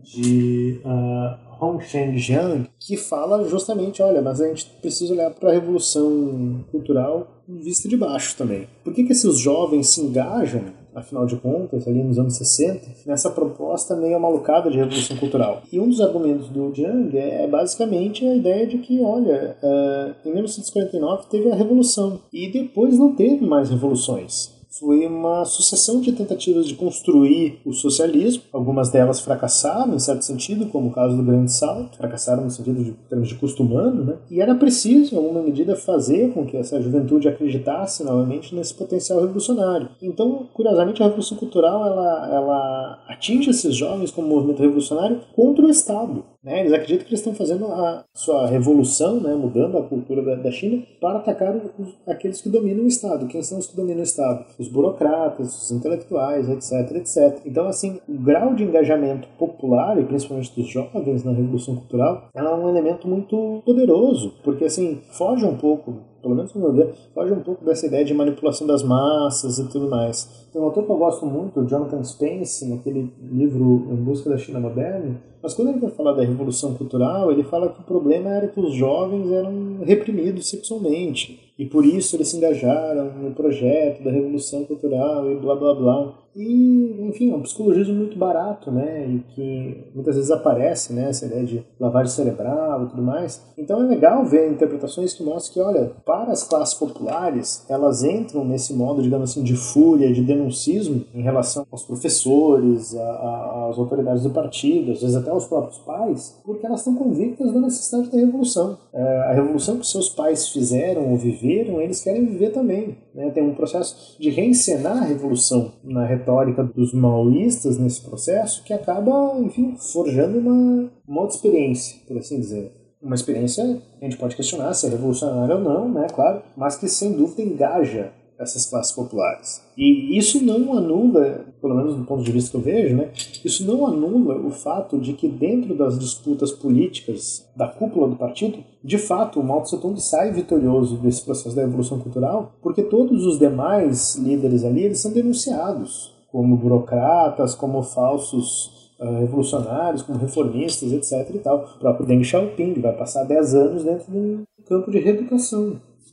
de uh, Hong Sheng-jiang, que fala justamente, olha, mas a gente precisa olhar para a revolução cultural vista de baixo também. Por que que esses jovens se engajam, afinal de contas, ali nos anos sessenta, nessa proposta meio malucada de revolução cultural? E um dos argumentos do Jiang é basicamente a ideia de que, olha, uh, em mil novecentos e quarenta e nove teve a revolução, e depois não teve mais revoluções. Foi uma sucessão de tentativas de construir o socialismo. Algumas delas fracassaram, em certo sentido, como o caso do Grande Salto. Fracassaram no sentido de em termos de custo humano, né? E era preciso, em alguma medida, fazer com que essa juventude acreditasse novamente nesse potencial revolucionário. Então, curiosamente, a Revolução Cultural ela, ela atinge esses jovens como movimento revolucionário contra o Estado. Né? Eles acreditam que eles estão fazendo a sua revolução, né? Mudando a cultura da, da China para atacar os, aqueles que dominam o Estado. Quem são os que dominam o Estado? Os burocratas, os intelectuais, etc, etcétera. Então, assim, o grau de engajamento popular, e principalmente dos jovens na Revolução Cultural, ela é um elemento muito poderoso, porque, assim, foge um pouco, pelo menos no meu ver, foge um pouco dessa ideia de manipulação das massas e tudo mais. Tem um autor que eu gosto muito, o Jonathan Spence, naquele livro Em Busca da China Moderna, mas quando ele vai falar da Revolução Cultural, ele fala que o problema era que os jovens eram reprimidos sexualmente, e por isso eles se engajaram no projeto da Revolução Cultural e blá blá blá. E, enfim, é um psicologismo muito barato, né, e que muitas vezes aparece, né, essa ideia de lavagem cerebral e tudo mais. Então é legal ver interpretações que mostram que, olha, para as classes populares, elas entram nesse modo, digamos assim, de fúria, de denuncismo em relação aos professores, a, a, às autoridades do partido, às vezes até aos próprios pais, porque elas estão convictas da necessidade da revolução. É, a revolução que seus pais fizeram ou viveram, eles querem viver também. Né? Tem um processo de reencenar a revolução na retórica dos maoístas nesse processo, que acaba, enfim, forjando uma, uma outra experiência, por assim dizer. Uma experiência, a gente pode questionar se é revolucionária ou não, né, claro, mas que sem dúvida engaja essas classes populares. E isso não anula, pelo menos do ponto de vista que eu vejo, né, isso não anula o fato de que dentro das disputas políticas da cúpula do partido, de fato, o Mao Tse-tung sai vitorioso desse processo da Revolução Cultural, porque todos os demais líderes ali, eles são denunciados como burocratas, como falsos uh, revolucionários, como reformistas, etc e tal. O próprio Deng Xiaoping vai passar dez anos dentro de um campo de reeducação.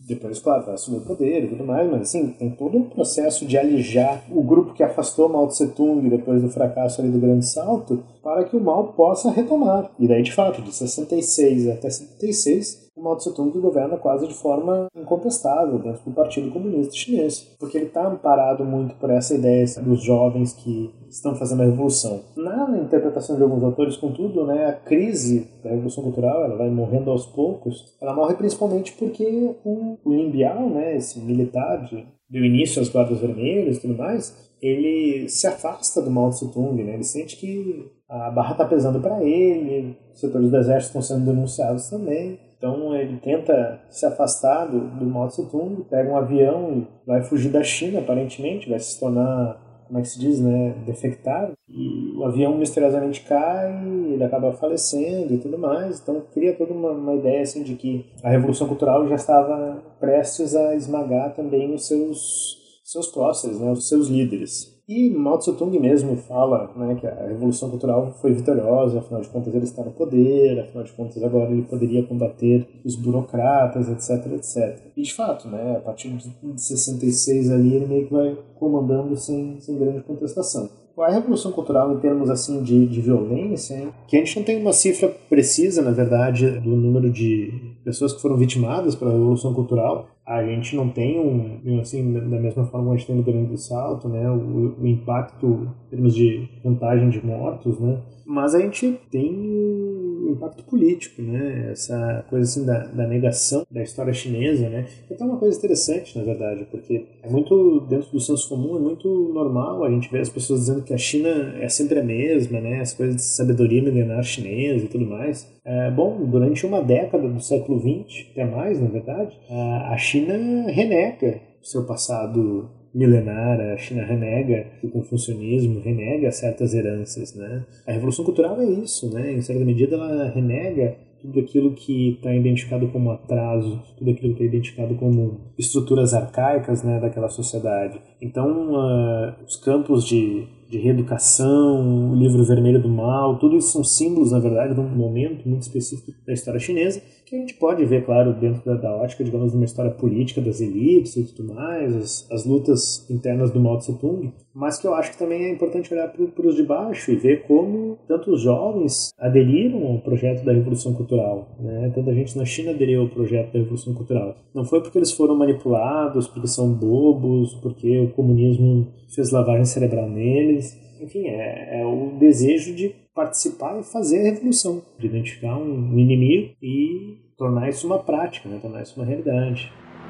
depois, claro, vai assumir o poder e tudo mais, mas assim, tem todo um processo de alijar o grupo que afastou Mao Tse-tung depois do fracasso ali do Grande Salto, para que o Mao possa retomar. E daí, de fato, de sessenta e seis até setenta e seis, o Mao Tse-tung governa quase de forma incontestável dentro do Partido Comunista Chinês, porque ele está amparado muito por essa ideia dos jovens que estão fazendo a revolução. Na interpretação de alguns autores, contudo, né, a crise da Revolução Cultural, ela vai morrendo aos poucos, ela morre principalmente porque o, o Lin Biao, né, esse militar de, deu início às Guardas Vermelhas e tudo mais, ele se afasta do Mao Tse-tung, né, ele sente que a barra está pesando para ele, os setores do exército estão sendo denunciados também. Então ele tenta se afastar do, do Mao Tse-tung, pega um avião e vai fugir da China, aparentemente, vai se tornar, como é que se diz, né, defectado. E o avião misteriosamente cai, ele acaba falecendo e tudo mais. Então cria toda uma, uma ideia assim, de que a Revolução Cultural já estava prestes a esmagar também os seus, seus próceres, né, os seus líderes. E Mao Tse-tung mesmo fala, né, que a Revolução Cultural foi vitoriosa, afinal de contas ele está no poder, afinal de contas agora ele poderia combater os burocratas, etc, etcétera. E de fato, né, a partir de sessenta e seis ali ele meio que vai comandando sem, sem grande contestação. A Revolução Cultural, em termos assim de, de violência, hein, que a gente não tem uma cifra precisa, na verdade, do número de pessoas que foram vitimadas pela Revolução Cultural. A gente não tem, um, assim, da mesma forma que a gente tem no Grande Salto, né, o, o impacto em termos de contagem de mortos, né, mas a gente tem o impacto político, né, essa coisa assim da, da negação da história chinesa, né, então é uma coisa interessante, na verdade, porque é muito, dentro do senso comum, é muito normal a gente ver as pessoas dizendo que a China é sempre a mesma, né, as coisas de sabedoria milenar chinesa e tudo mais. É, bom, durante uma década do século vinte, até mais, na verdade, a, a China renega o seu passado milenar, a China renega o confucionismo, renega certas heranças, né? A Revolução Cultural é isso, né? Em certa medida ela renega tudo aquilo que está identificado como atraso, tudo aquilo que está identificado como estruturas arcaicas, né, daquela sociedade. Então, uh, os campos de, de reeducação, o livro vermelho do Mao, tudo isso são símbolos, na verdade, de um momento muito específico da história chinesa, que a gente pode ver, claro, dentro da, da ótica, digamos, de uma história política das elites e tudo mais, as, as lutas internas do Mao Tse-tung, mas que eu acho que também é importante olhar para os de baixo e ver como tantos jovens aderiram ao projeto da Revolução Cultural, né? Tanta gente na China aderiu ao projeto da Revolução Cultural. Não foi porque eles foram manipulados, porque são bobos, porque o comunismo fez lavagem cerebral neles. Enfim, é, é o desejo de participar e fazer a revolução, de identificar um inimigo e tornar isso uma prática, né? Tornar isso uma realidade.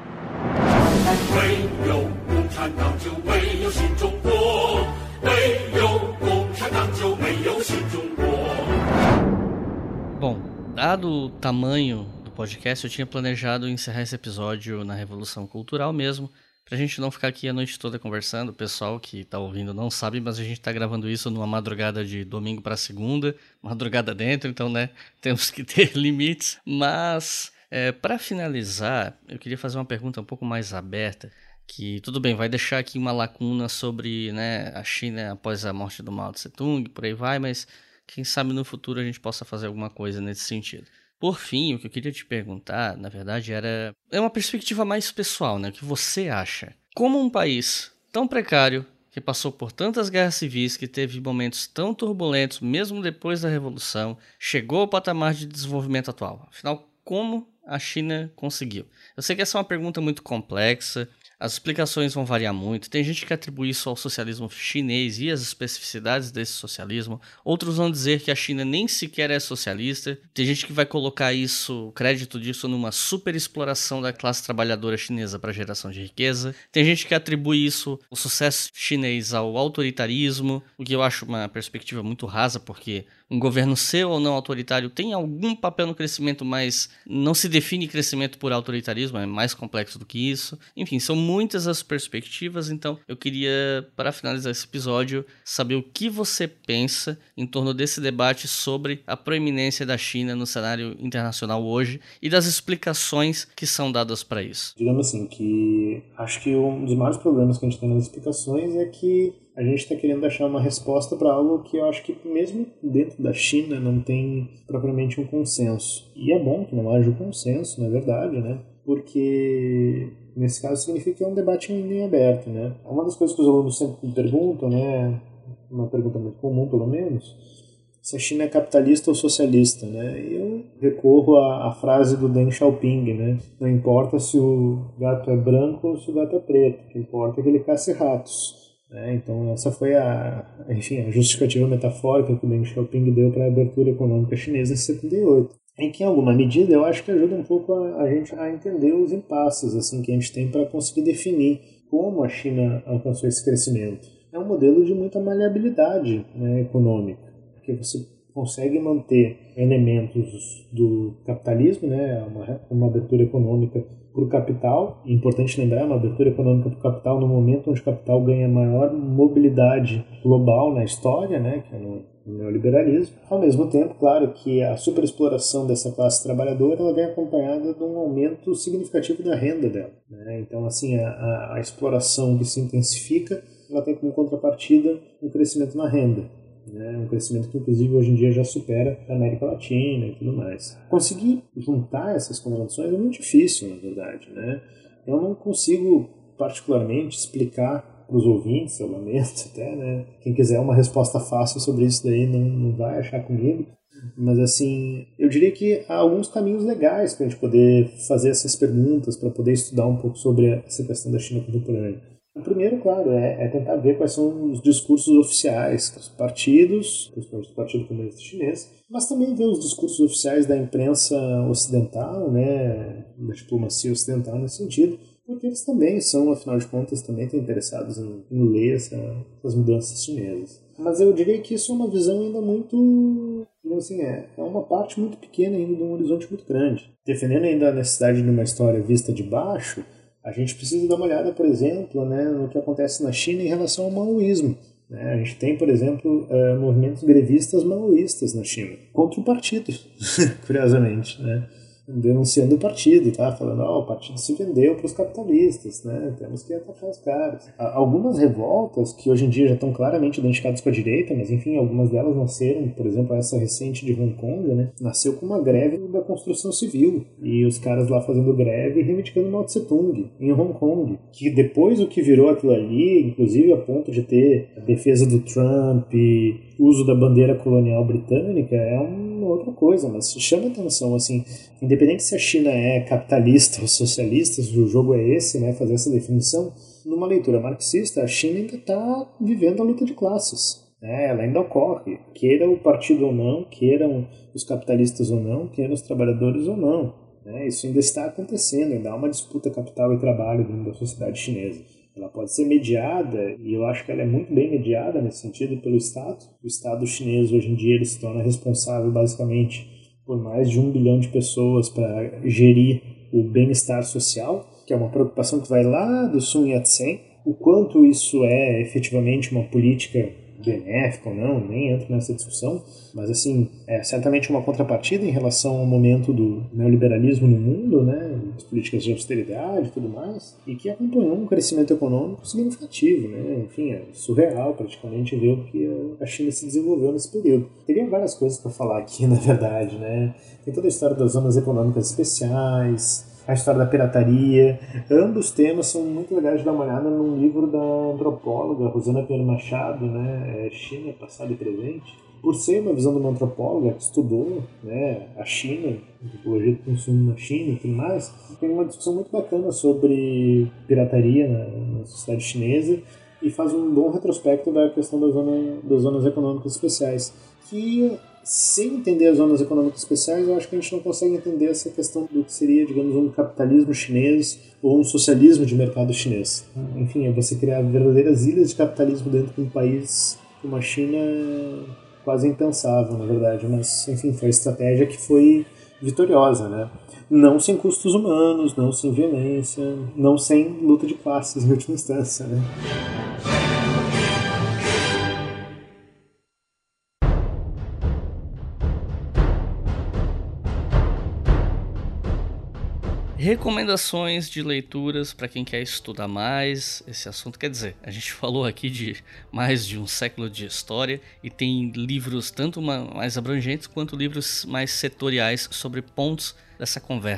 Bom, dado o tamanho do podcast, eu tinha planejado encerrar esse episódio na Revolução Cultural mesmo, pra gente não ficar aqui a noite toda conversando. O pessoal que tá ouvindo não sabe, mas a gente tá gravando isso numa madrugada de domingo pra segunda, madrugada dentro, então, né, temos que ter limites. Mas, é, para finalizar, eu queria fazer uma pergunta um pouco mais aberta, que, tudo bem, vai deixar aqui uma lacuna sobre, né, a China após a morte do Mao Tse-tung, por aí vai, mas quem sabe no futuro a gente possa fazer alguma coisa nesse sentido. Por fim, o que eu queria te perguntar, na verdade, era é uma perspectiva mais pessoal, né? O que você acha? Como um país tão precário, que passou por tantas guerras civis, que teve momentos tão turbulentos, mesmo depois da Revolução, chegou ao patamar de desenvolvimento atual? Afinal, como a China conseguiu? Eu sei que essa é uma pergunta muito complexa, as explicações vão variar muito. Tem gente que atribui isso ao socialismo chinês e as especificidades desse socialismo. Outros vão dizer que a China nem sequer é socialista. Tem gente que vai colocar isso, o crédito disso, numa superexploração da classe trabalhadora chinesa para geração de riqueza. Tem gente que atribui isso, o sucesso chinês, ao autoritarismo, o que eu acho uma perspectiva muito rasa, porque um governo ser ou não autoritário tem algum papel no crescimento, mas não se define crescimento por autoritarismo, é mais complexo do que isso. Enfim, são muitas as perspectivas, então eu queria, para finalizar esse episódio, saber o que você pensa em torno desse debate sobre a proeminência da China no cenário internacional hoje e das explicações que são dadas para isso. Digamos assim, que acho que um dos maiores problemas que a gente tem nas explicações é que a gente está querendo achar uma resposta para algo que eu acho que mesmo dentro da China não tem propriamente um consenso. E é bom que não haja um consenso, na verdade, né? porque nesse caso significa que é um debate ainda em aberto, né? Uma das coisas que os alunos sempre me perguntam, né, uma pergunta muito comum pelo menos, se a China é capitalista ou socialista, né? E eu recorro à, à frase do Deng Xiaoping, né? Não importa se o gato é branco ou se o gato é preto, o que importa é que ele caça ratos. Né? Então essa foi a, enfim, a justificativa metafórica que o Deng Xiaoping deu para a abertura econômica chinesa em setenta e oito. Em que, em alguma medida, eu acho que ajuda um pouco a, a gente a entender os impasses assim, que a gente tem para conseguir definir como a China alcançou esse crescimento. É um modelo de muita maleabilidade, né, econômica, porque você consegue manter elementos do capitalismo, né, uma, uma abertura econômica para o capital. É importante lembrar, uma abertura econômica para o capital no momento onde o capital ganha maior mobilidade global na história, né, que é no o neoliberalismo. Ao mesmo tempo, claro que a superexploração dessa classe trabalhadora ela vem acompanhada de um aumento significativo da renda dela. Né? Então, assim, a, a, a exploração que se intensifica, ela tem como contrapartida um crescimento na renda. Né? Um crescimento que, inclusive, hoje em dia já supera a América Latina e tudo mais. Conseguir juntar essas contradições é muito difícil, na verdade. Né? Eu não consigo, particularmente, explicar para os ouvintes, eu lamento até, né? Quem quiser uma resposta fácil sobre isso daí não, não vai achar comigo. Mas, assim, eu diria que há alguns caminhos legais para a gente poder fazer essas perguntas, para poder estudar um pouco sobre essa questão da China contemporânea. O primeiro, claro, é, é tentar ver quais são os discursos oficiais dos partidos, principalmente do Partido Comunista Chinês, mas também ver os discursos oficiais da imprensa ocidental, né? Da diplomacia ocidental nesse sentido, porque eles também são, afinal de contas, também estão interessados em, em ler essa, essas mudanças chinesas. Mas eu diria que isso é uma visão ainda muito, assim, é, é uma parte muito pequena ainda de um horizonte muito grande. Defendendo ainda a necessidade de uma história vista de baixo, a gente precisa dar uma olhada, por exemplo, né, no que acontece na China em relação ao maoísmo. Né? A gente tem, por exemplo, uh, movimentos grevistas maoístas na China, contra o partido, curiosamente, né? Denunciando o partido, tá? Falando, ó, oh, o partido se vendeu para os capitalistas, né? Temos que atacar os caras. Algumas revoltas que hoje em dia já estão claramente identificadas com a direita, mas enfim, algumas delas nasceram, por exemplo, essa recente de Hong Kong, né? Nasceu com uma greve da construção civil e os caras lá fazendo greve e reivindicando Mao Tse Tung em Hong Kong, que depois o que virou aquilo ali, inclusive a ponto de ter a defesa do Trump e uso da bandeira colonial britânica, é uma outra coisa, mas chama atenção, assim, independente se a China é capitalista ou socialista, o jogo é esse, né, fazer essa definição, numa leitura marxista, a China ainda está vivendo a luta de classes, né, ela ainda ocorre, queira o partido ou não, queiram os capitalistas ou não, queiram os trabalhadores ou não, né, isso ainda está acontecendo, ainda há uma disputa capital e trabalho dentro da sociedade chinesa. Ela pode ser mediada, e eu acho que ela é muito bem mediada nesse sentido pelo Estado. O Estado chinês, hoje em dia, ele se torna responsável, basicamente, por mais de um bilhão de pessoas para gerir o bem-estar social, que é uma preocupação que vai lá do Sun Yat-sen. O quanto isso é efetivamente uma política benéfica ou não, nem entro nessa discussão, mas assim, é certamente uma contrapartida em relação ao momento do neoliberalismo no mundo, né, as políticas de austeridade e tudo mais, e que acompanhou um crescimento econômico significativo, né, enfim, é surreal praticamente ver o que a China se desenvolveu nesse período. Teria várias coisas para falar aqui, na verdade, né, tem toda a história das zonas econômicas especiais, a história da pirataria. Ambos temas são muito legais de dar uma olhada num livro da antropóloga Rosana Pinheiro Machado, né, China, Passado e Presente. Por ser uma visão de uma antropóloga que estudou, né, a China, a antropologia do consumo na China e tudo mais, tem uma discussão muito bacana sobre pirataria na, na sociedade chinesa e faz um bom retrospecto da questão da zona, das zonas econômicas especiais, que sem entender as zonas econômicas especiais, eu acho que a gente não consegue entender essa questão do que seria, digamos, um capitalismo chinês ou um socialismo de mercado chinês. Enfim, é você criar verdadeiras ilhas de capitalismo dentro de um país como a China, quase impensável, na verdade. Mas, enfim, foi a estratégia que foi vitoriosa, né? Não sem custos humanos, não sem violência, não sem luta de classes, em última instância, né? Recomendações de leituras para quem quer estudar mais esse assunto. Quer dizer, a gente falou aqui de mais de um século de história e tem livros tanto mais abrangentes quanto livros mais setoriais sobre pontos dessa conversa, né?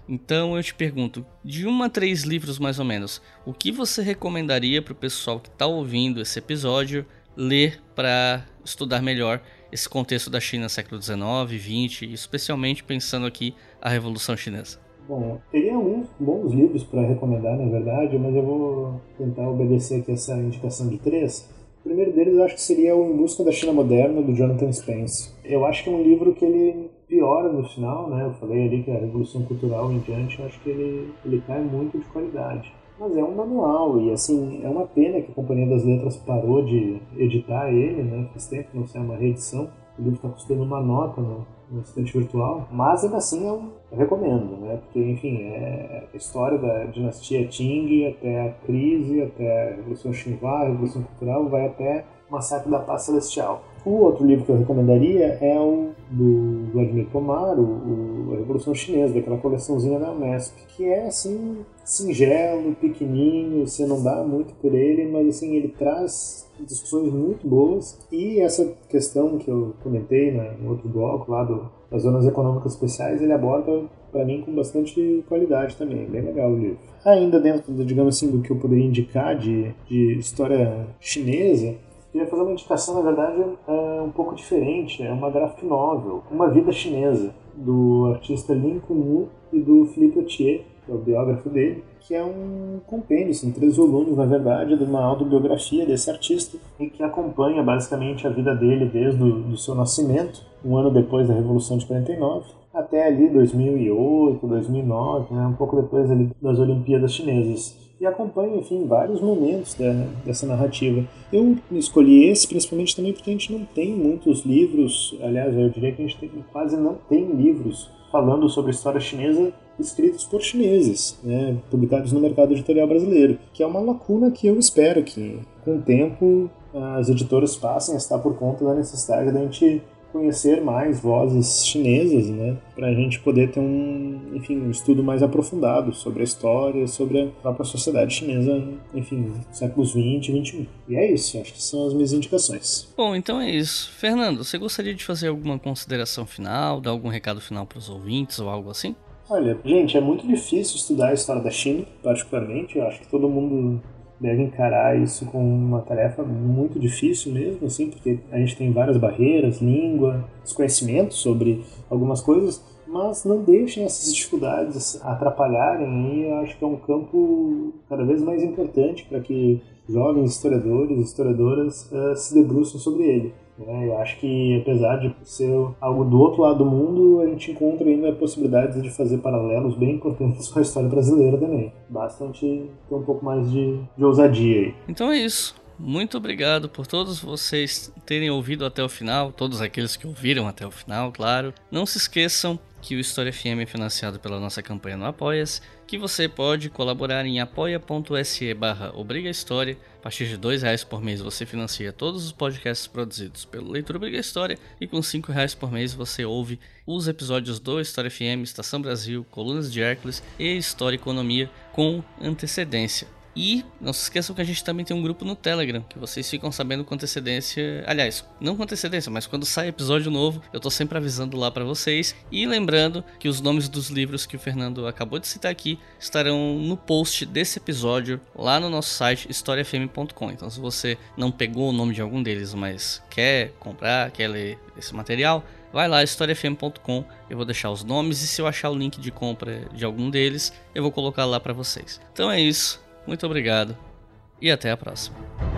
Então eu te pergunto, de um a três livros mais ou menos, o que você recomendaria para o pessoal que está ouvindo esse episódio ler para estudar melhor esse contexto da China século dezenove, vinte, especialmente pensando aqui a Revolução Chinesa? Bom, teria alguns bons livros para recomendar, na verdade, mas eu vou tentar obedecer aqui essa indicação de três. O primeiro deles eu acho que seria o Em Busca da China Moderna, do Jonathan Spence. Eu acho que é um livro que ele piora no final, né? Eu falei ali que a Revolução Cultural em diante, eu acho que ele, ele cai muito de qualidade. Mas é um manual e, assim, é uma pena que a Companhia das Letras parou de editar ele, né? Faz tempo que não sai uma reedição. O livro está custando uma nota no, no estante virtual, mas ainda assim eu, eu recomendo, né? Porque, enfim, é a história da dinastia Qing até a crise, até a Revolução Xinhua, a Revolução Cultural, vai até o Massacre da Paz Celestial. O outro livro que eu recomendaria é o do Vladimir Pomar, o, o, a Revolução Chinesa, daquela coleçãozinha da Unesp, que é, assim, singelo, pequenininho, você não dá muito por ele, mas, assim, ele traz discussões muito boas. E essa questão que eu comentei, né, no outro bloco lá do, das zonas econômicas especiais, ele aborda, para mim, com bastante qualidade também. Bem legal o livro. Ainda dentro, digamos assim, do que eu poderia indicar de, de história chinesa, eu queria fazer uma indicação, na verdade, é um pouco diferente. É uma graphic novel, Uma Vida Chinesa, do artista Lin Kunwu e do Philippe Autier, que é o biógrafo dele, que é um compêndio, assim, três volumes, na verdade, de uma autobiografia desse artista, e que acompanha basicamente a vida dele desde o do seu nascimento, um ano depois da Revolução de quarenta e nove, até ali dois mil e oito, dois mil e nove, né, um pouco depois ali das Olimpíadas Chinesas. E acompanha, enfim, vários momentos da, dessa narrativa. Eu escolhi esse principalmente também porque a gente não tem muitos livros, aliás, eu diria que a gente tem, quase não tem livros falando sobre a história chinesa escritos por chineses, né, publicados no mercado editorial brasileiro, que é uma lacuna que eu espero que, com o tempo, as editoras passem a estar por conta da necessidade da gente conhecer mais vozes chinesas, né, para a gente poder ter um, enfim, um estudo mais aprofundado sobre a história, sobre a própria sociedade chinesa, enfim, séculos vinte e vinte e um. E é isso, acho que são as minhas indicações. Bom, então é isso. Fernando, você gostaria de fazer alguma consideração final, dar algum recado final para os ouvintes ou algo assim? Olha, gente, é muito difícil estudar a história da China, particularmente. Eu acho que todo mundo deve encarar isso como uma tarefa muito difícil mesmo, assim, porque a gente tem várias barreiras, língua, desconhecimento sobre algumas coisas, mas não deixem essas dificuldades atrapalharem, e eu acho que é um campo cada vez mais importante para que jovens historiadores e historiadoras uh, se debruçem sobre ele. Né? Eu acho que, apesar de ser algo do outro lado do mundo, a gente encontra ainda possibilidades de fazer paralelos bem importantes com a história brasileira também. Basta a gente ter um pouco mais de, de ousadia aí. Então é isso. Muito obrigado por todos vocês terem ouvido até o final, todos aqueles que ouviram até o final, claro. Não se esqueçam que o História F M é financiado pela nossa campanha no Apoia-se, que você pode colaborar em apoia.se barra Obriga História. A partir de dois reais por mês você financia todos os podcasts produzidos pelo Leitura Obriga História, e com cinco reais por mês você ouve os episódios do História F M, Estação Brasil, Colunas de Hércules e História e Economia com antecedência. E não se esqueçam que a gente também tem um grupo no Telegram, que vocês ficam sabendo com antecedência. Aliás, não com antecedência, mas quando sai episódio novo, eu tô sempre avisando lá pra vocês. E lembrando que os nomes dos livros que o Fernando acabou de citar aqui estarão no post desse episódio lá no nosso site história f m ponto com. Então, se você não pegou o nome de algum deles, mas quer comprar, quer ler esse material, vai lá, história f m ponto com, eu vou deixar os nomes, e se eu achar o link de compra de algum deles, eu vou colocar lá pra vocês. Então é isso. Muito obrigado e até a próxima.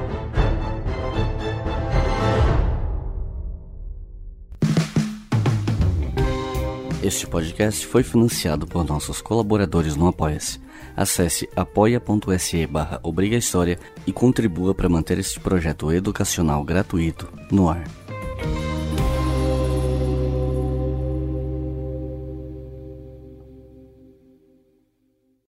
Este podcast foi financiado por nossos colaboradores no Apoia-se. Acesse apoia.se barra Obriga História e contribua para manter este projeto educacional gratuito no ar.